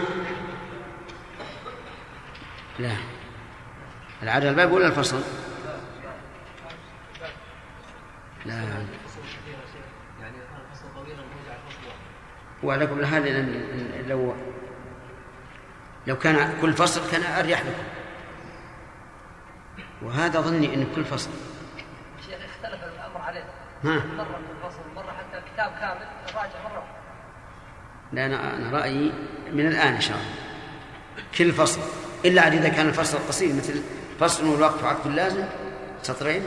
لا، العدل الباب ولا الفصل؟ لا. يعني كان الفصل طويلا ورجع الفصل واحد. وعلى كل حال لو لو كان كل فصل كان أريح لكم، وهذا ظني أن كل فصل. شيخ اختلف الأمر عليه. ها. مرة في الفصل مرة حتى كتاب كامل نراجع مرة. لا أنا أنا رأيي من الآن إن شاء الله كل فصل، إلا عاد إذا كان الفصل قصير مثل فصل والوقف وعقد اللازم سطرين.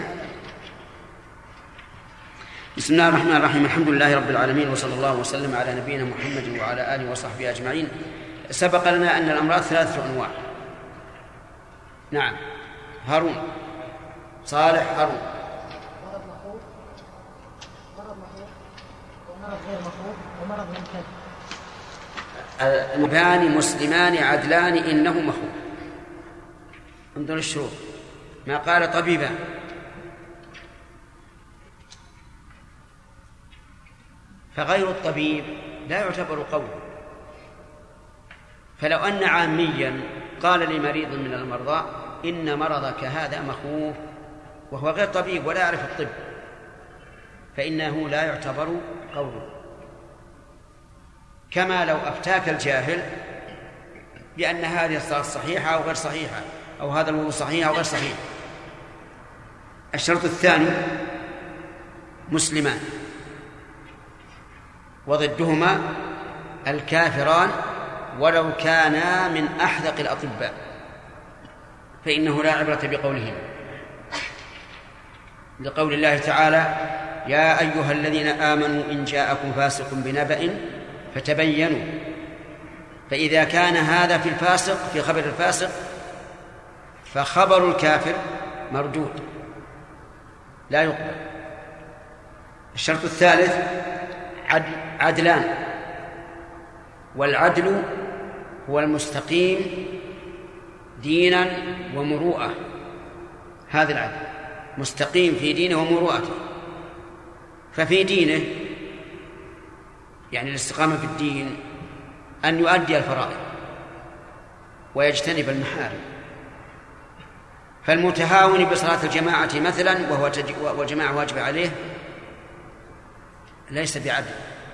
بسم الله الرحمن الرحيم. الحمد لله رب العالمين، وصلى الله وسلم على نبينا محمد وعلى آله وصحبه أجمعين. سبق لنا أن الأمراض ثلاثة أنواع. نعم. هارون صالح هارون. مرض مخوف، مرض مخوف، ومرض غير مخوف، ومرض ممتد. المبان مسلمان عدلان إنه مخوف. انظر الشروط. ما قال طبيبان، فغير الطبيب لا يعتبر قولا. فلو أن عاميا قال لمريض من المرضى إن مرضك هذا مخوف وهو غير طبيب ولا يعرف الطب، فإنه لا يعتبر قولا. كما لو أفتاك الجاهل بأن هذه الصلاة صحيحة أو غير صحيحة، أو هذا الوضوء صحيح أو غير صحيح. الشرط الثاني مسلمان، وضدهما الكافران ولو كانا من أحذق الأطباء، فإنه لا عبرة بقولهم، لقول الله تعالى: يا أيها الذين آمنوا إن جاءكم فاسق بنبأ فتبينوا. فإذا كان هذا في الفاسق في خبر الفاسق فخبر الكافر مردود لا يقبل. الشرط الثالث عدلان، والعدل هو المستقيم دينا ومروءة. هذا العدل مستقيم في دينه ومروءته. ففي دينه يعني الاستقامة في الدين أن يؤدي الفرائض ويجتنب المحارم. فالمتهاون بصلاة الجماعة مثلا وهو والجماعة واجب عليه ليس بعدل.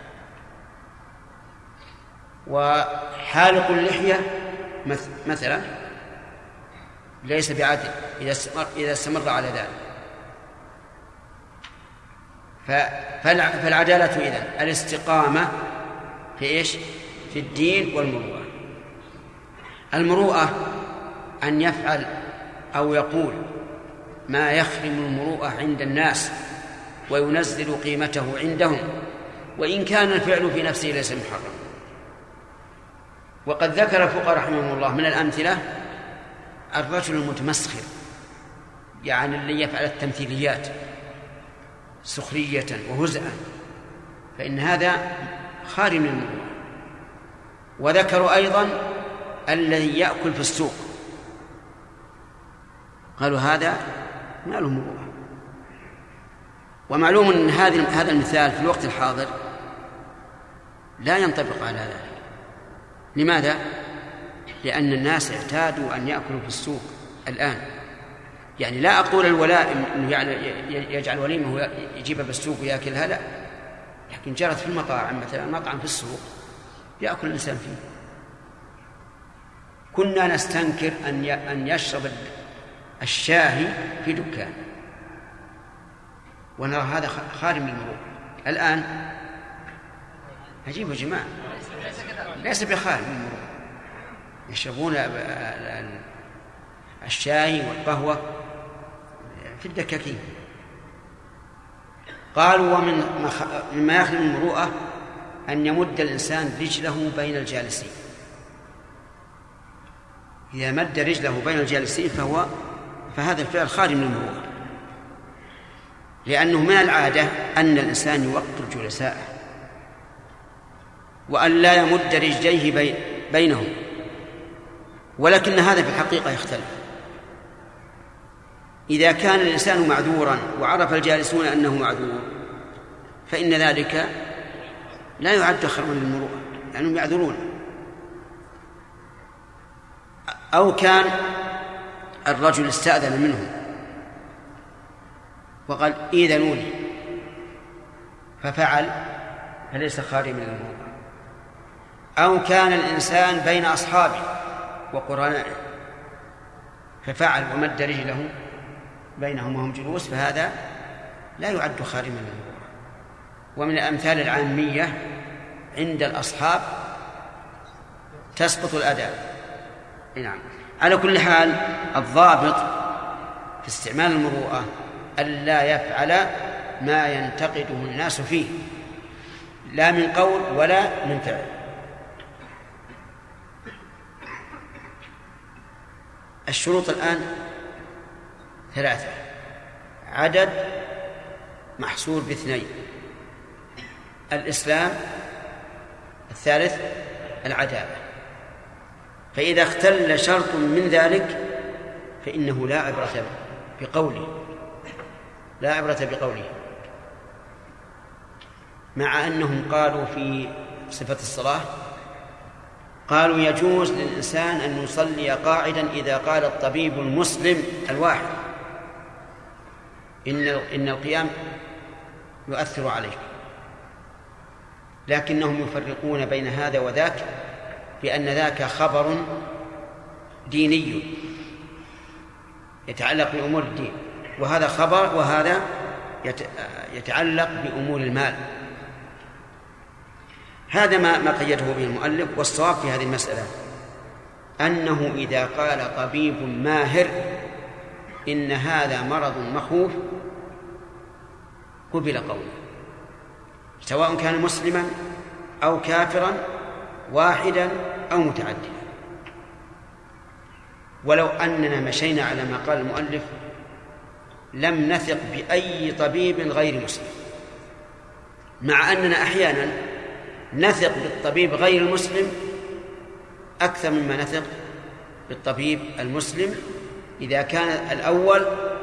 وحالق اللحية مثلا ليس بعدل إذا استمر على ذلك. فالعدالة إذن الاستقامة في إيش؟ في الدين والمروءة. المروءة أن يفعل أو يقول ما يخرم المروءة عند الناس وينزل قيمته عندهم، وإن كان الفعل في نفسه ليس محرم. وقد ذكر الفقهاء رحمهم الله من الأمثلة الرجل المتمسخر، يعني اللي يفعل التمثيليات سخرية وهزءا، فإن هذا خارم من المروءة. وذكروا أيضا الذي يأكل في السوق، قالوا هذا ما له مروءة. ومعلوم أن هذا المثال في الوقت الحاضر لا ينطبق على ذلك. لماذا؟ لأن الناس اعتادوا أن يأكلوا في السوق الآن. يعني لا أقول الولائم أنه يجعل وليمه يجيبها بالسوق ويأكلها، لا، لكن جرت في المطاعم مثلا مطعم في السوق يأكل الإنسان فيه. كنا نستنكر أن يشرب الشاهي في دكان، ونرى هذا خارم من المروءة. الآن عجيب يا جماعة، ليس بخارم من المروءة، يشربون الشاي والقهوة في الدكاكين. قالوا ومن مما يخرم المروءة أن يمد الإنسان رجله بين الجالسين. إذا مد رجله بين الجالسين فهو فهذا الفعل خارج من المروءة، لأنه من العادة أن الإنسان يوقر جلساءه وأن لا يمد رجليه بي بينهم، ولكن هذا في الحقيقة يختلف. إذا كان الإنسان معذورا وعرف الجالسون أنه معذور فإن ذلك لا يعد خرما للمروءة لأنهم يعذرون. أو كان الرجل استأذن منهم وقال إذنوا لي ففعل فليس خارج من المروءة. أو كان الإنسان بين أصحابه وقرنائه ففعل ومد رجله بينهم وهم جلوس، فهذا لا يعد خارج من المروءة. ومن الأمثال العامية عند الأصحاب تسقط الأداة. نعم. على كل حال الضابط في استعمال المروءة ألا يفعل ما ينتقده الناس فيه، لا من قول ولا من فعل. الشروط الآن ثلاثة، عدد محصور باثنين، الإسلام، الثالث العدالة. فإذا اختل شرط من ذلك فإنه لا عبرة بقوله لا عبرة بقوله مع أنهم قالوا في صفة الصلاة، قالوا يجوز للإنسان أن يصلي قاعدا إذا قال الطبيب المسلم الواحد إن إن القيام يؤثر عليك، لكنهم يفرقون بين هذا وذاك بأن ذاك خبر ديني يتعلق بأمور الدين، وهذا خبر وهذا يتعلق بأمور المال. هذا ما ما قيده به المؤلف. والصواب في هذه المسألة أنه إذا قال طبيب ماهر إن هذا مرض مخوف قبل قوله، سواء كان مسلما أو كافرا، واحدا أو متعددا. ولو أننا مشينا على ما قال المؤلف لم نثق بأي طبيب غير مسلم، مع أننا أحيانا نثق بالطبيب غير المسلم أكثر مما نثق بالطبيب المسلم إذا كان الأول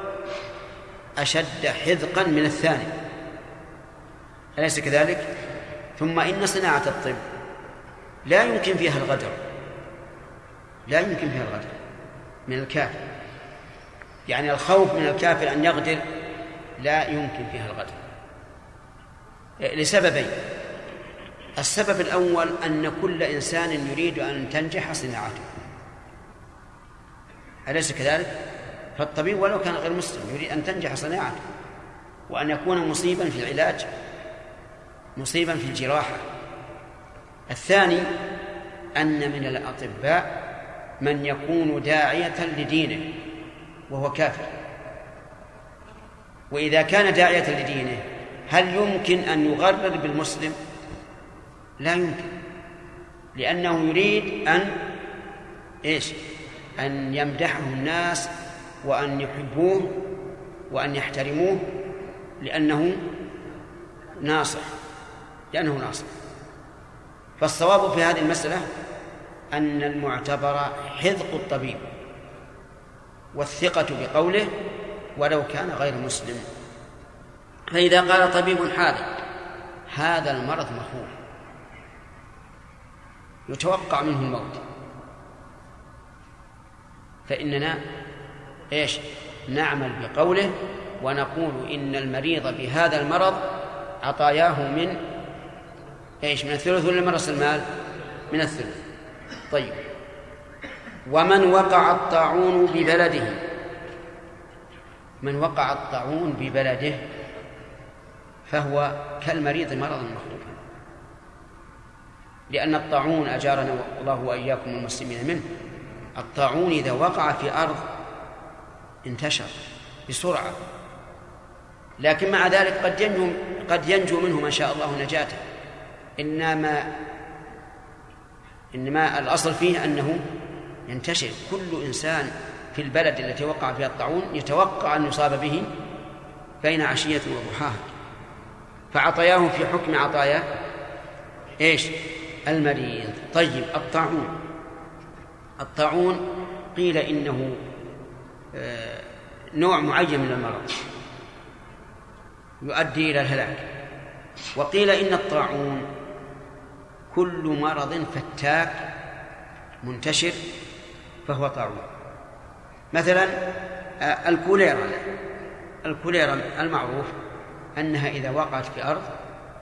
أشد حذقا من الثاني، أليس كذلك؟ ثم إن صناعة الطب لا يمكن فيها الغدر، لا يمكن فيها الغدر من الكافر، يعني الخوف من الكافر أن يغدر لا يمكن فيها الغدر لسببين. السبب الأول أن كل إنسان يريد أن تنجح صناعته، أليس كذلك؟ فالطبيب ولو كان غير مسلم يريد أن تنجح صناعته وأن يكون مصيبا في العلاج، مصيبا في الجراحة. الثاني أن من الأطباء من يكون داعية لدينه وهو كافر، وإذا كان داعية لدينه هل يمكن أن يغرر بالمسلم؟ لا يمكن، لأنه يريد أن إيش؟ أن يمدحه الناس وأن يحبوه وأن يحترموه لأنه ناصح لأنه ناصح فالصواب في هذه المسألة أن المعتبر حذق الطبيب والثقة بقوله ولو كان غير مسلم. فإذا قال طبيب حاذق هذا المرض مخوف يتوقع منه الموت، فإننا إيش؟ نعمل بقوله ونقول إن المريض بهذا المرض عطاياه من إيش؟ من الثلث ولا من رأس المال؟ من الثلث. طيب، ومن وقع الطاعون ببلده، من وقع الطاعون ببلده فهو كالمريض مرضا مخوفا، لأن الطاعون أجارنا الله وإياكم المسلمين منه، الطاعون إذا وقع في أرض انتشر بسرعة، لكن مع ذلك قد ينجو, قد ينجو منه ما شاء الله نجاته، إنما إنما الأصل فيه أنه ينتشر. كل إنسان في البلد التي وقع فيها الطاعون يتوقع أن يصاب به بين عشية وضحاها، فعطاياه في حكم عطايا إيش؟ المريض. طيب، الطاعون الطاعون قيل إنه نوع معين من المرض يؤدي إلى الهلاك، وقيل إن الطاعون كل مرض فتاك منتشر فهو طاعون. مثلا الكوليرا الكوليرا المعروف أنها إذا وقعت في أرض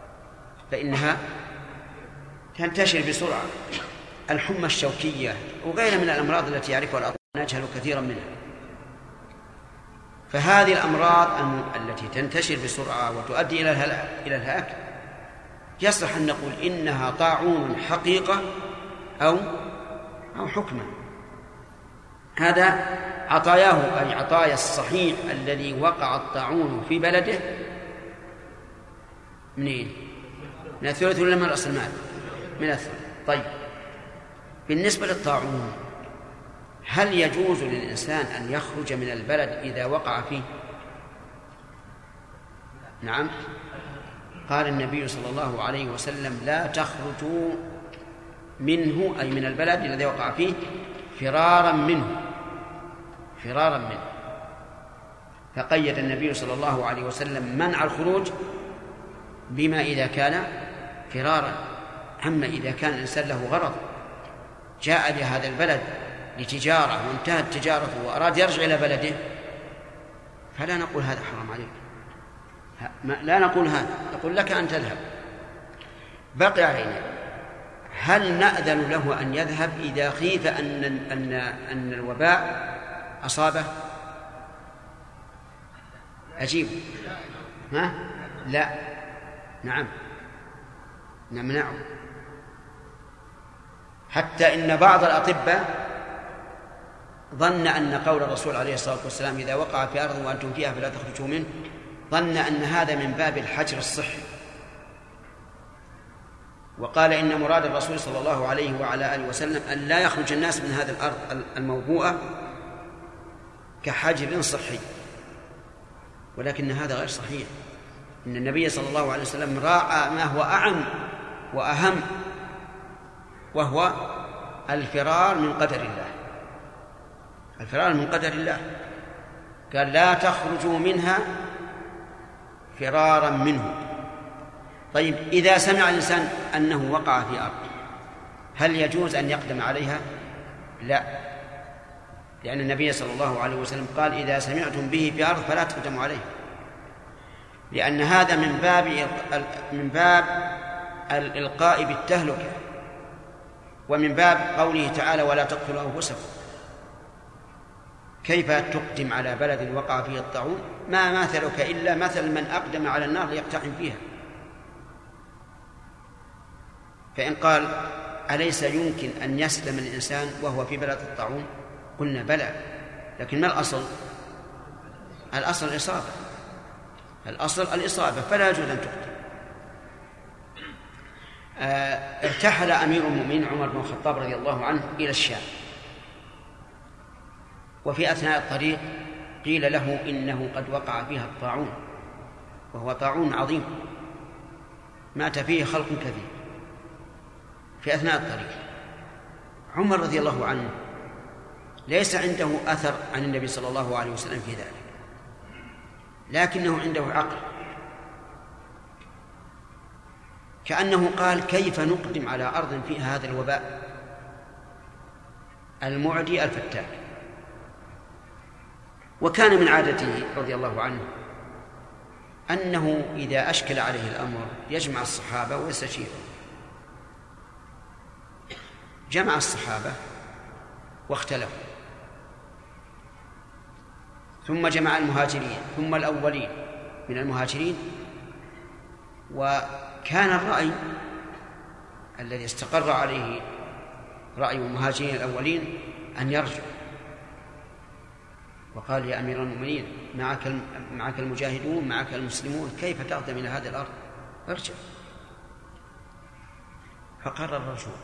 فإنها تنتشر بسرعة. الحمى الشوكية وغيرها من الأمراض التي يعرفها الأطباء نجهل كثيرا منها. فهذه الأمراض التي تنتشر بسرعة وتؤدي إلى الهلاك إلى الهلاك يصلح أن نقول إنها طاعون حقيقة أو أو حكما. هذا عطاياه أي عطايا الصحيح الذي وقع الطاعون في بلده منين؟ من الثلث ولا من رأس المال؟ من الثلث. طيب بالنسبة للطاعون هل يجوز للإنسان أن يخرج من البلد إذا وقع فيه؟ نعم. قال النبي صلى الله عليه وسلم لا تخرجوا منه أي من البلد الذي وقع فيه فرارا منه فرارا منه فقيد النبي صلى الله عليه وسلم منع الخروج بما إذا كان فرارا. أما إذا كان الإنسان له غرض جاء لهذا البلد لتجارة وانتهت تجارته وأراد يرجع إلى بلده فلا نقول هذا حرام عليك، لا نقول هذا، نقول لك أن تذهب. بقي علينا هل نأذن له أن يذهب إذا خيف أن أن أن الوباء أصابه؟ أجيب ها؟ لا. نعم نمنعه. حتى إن بعض الأطباء ظن أن قول الرسول عليه الصلاة والسلام إذا وقع في أرض وأنتم فيها فلا تخرجوا منه ظن أن هذا من باب الحجر الصحي، وقال إن مراد الرسول صلى الله عليه وعلى آله وسلم أن لا يخرج الناس من هذه الأرض الموبوءة كحجر صحي، ولكن هذا غير صحيح. إن النبي صلى الله عليه وسلم راعى ما هو أعم وأهم وهو الفرار من قدر الله، الفرار من قدر الله. قال لا تخرجوا منها فرارا منه. طيب إذا سمع الإنسان أنه وقع في أرض هل يجوز أن يقدم عليها؟ لا، لأن النبي صلى الله عليه وسلم قال إذا سمعتم به في أرض فلا تقدموا عليه، لأن هذا من باب من باب الإلقاء بالتهلكة، ومن باب قوله تعالى ولا تقتلوا أنفسكم. كيف تقدم على بلد وقع فيه الطاعون؟ ما مثلك إلا مثل من أقدم على النار ليقتحم فيها. فإن قال أليس يمكن أن يسلم الإنسان وهو في بلد الطاعون؟ قلنا بلى، لكن ما الأصل؟ الأصل الإصابة، الأصل الإصابة، فلا يجوز أن تقتل. آه ارتحل أمير المؤمنين عمر بن الخطاب رضي الله عنه إلى الشام، وفي أثناء الطريق قيل له إنه قد وقع فيها الطاعون، وهو طاعون عظيم مات فيه خلق كثير في أثناء الطريق. عمر رضي الله عنه ليس عنده أثر عن النبي صلى الله عليه وسلم في ذلك، لكنه عنده عقل، كأنه قال كيف نقدم على أرض فيها هذا الوباء المعدي الفتاك. وكان من عادته رضي الله عنه أنه إذا أشكل عليه الأمر يجمع الصحابة ويستشيرهم. جمع الصحابة واختلفوا، ثم جمع المهاجرين ثم الأولين من المهاجرين، وكان الرأي الذي استقر عليه رأي المهاجرين الأولين أن يرجع، وقال يا أمير المؤمنين معك معك المجاهدون معك المسلمون، كيف تقدم إلى هذه الأرض؟ ارجع. فقرر الرجوع،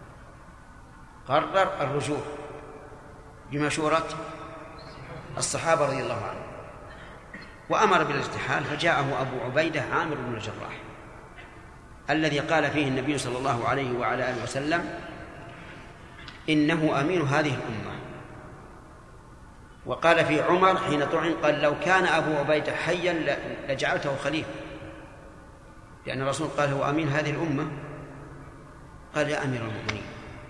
قرر الرجوع بمشورة الصحابة رضي الله عنهم، وأمر بالارتحال. فجاءه أبو عبيدة عامر بن الجراح الذي قال فيه النبي صلى الله عليه وعلى آله وسلم إنه أمين هذه الأمة. وقال في عمر حين طعن قال لو كان أبو عبيدة حيا لجعلته خليفة، لأن الرسول قال هو أمين هذه الأمة. قال يا أمير المؤمنين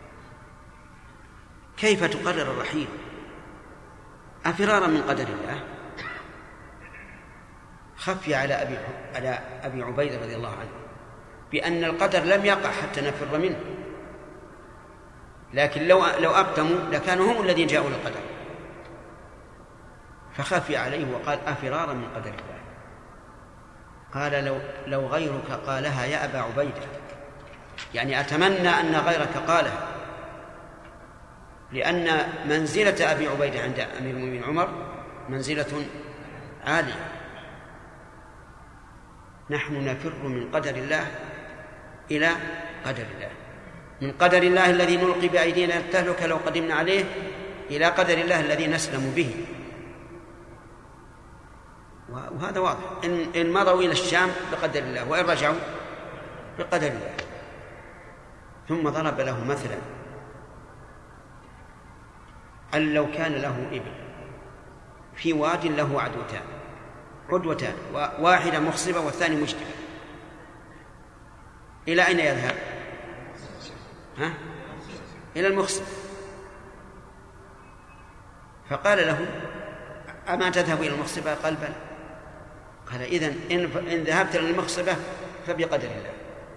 كيف تقرر الرحيل أفرارا من قدر الله؟ خفي على أبي على أبي عبيدة رضي الله عنه بأن القدر لم يقع حتى نفر منه، لكن لو لو أقدموا لكانوا هم الذين جاءوا للقدر، فخفي عليه وقال أفرارا من قدر الله. قال لو لو غيرك قالها يا أبا عبيدة، يعني أتمنى أن غيرك قالها، لأن منزلة أبي عبيدة عند أمير المؤمنين عمر منزلة عالية. نحن نفر من قدر الله إلى قدر الله، من قدر الله الذي نلقي بأيدينا التهلكة لو قدمنا عليه إلى قدر الله الذي نسلم به. وهذا واضح، إن, إن مضوا إلى الشام بقدر الله، وإن رجعوا بقدر الله. ثم ضرب له مثلا أن لو كان له إبل في واد له عدوتان عدوتان واحدة مخصبة والثاني مجدبة، إلى أين يذهب؟ ها؟ إلى المخصب. فقال له أما تذهب إلى المخصبة؟ قال بلى. قال إذن إن, إن ذهبت إلى المخصبة فبقدر الله،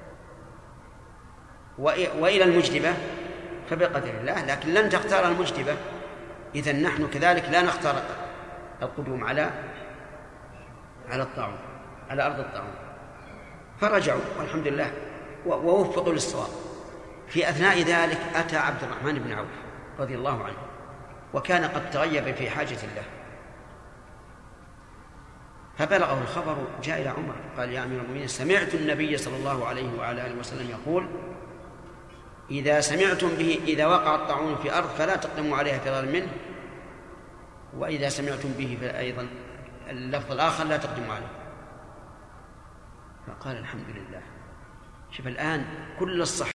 وإلى المجدبة فبقدر الله، لكن لن تختار المجدبة. إذن نحن كذلك لا نختار القدوم على على الطاعون، على أرض الطاعون. فرجعوا والحمد لله ووفقوا للصواب. في أثناء ذلك أتى عبد الرحمن بن عوف رضي الله عنه، وكان قد تغيب في حاجة الله، فبلغه الخبر، جاء إلى عمر قال يا أمير المؤمنين سمعت النبي صلى الله عليه وعلى آله وسلم يقول إذا سمعتم به إذا وقع الطاعون في أرض فلا تقدموا عليها فرارا منه، وإذا سمعتم به فأيضا اللفظ الآخر لا تقدموا عليه. فقال الحمد لله. شوف الآن كل الصحابة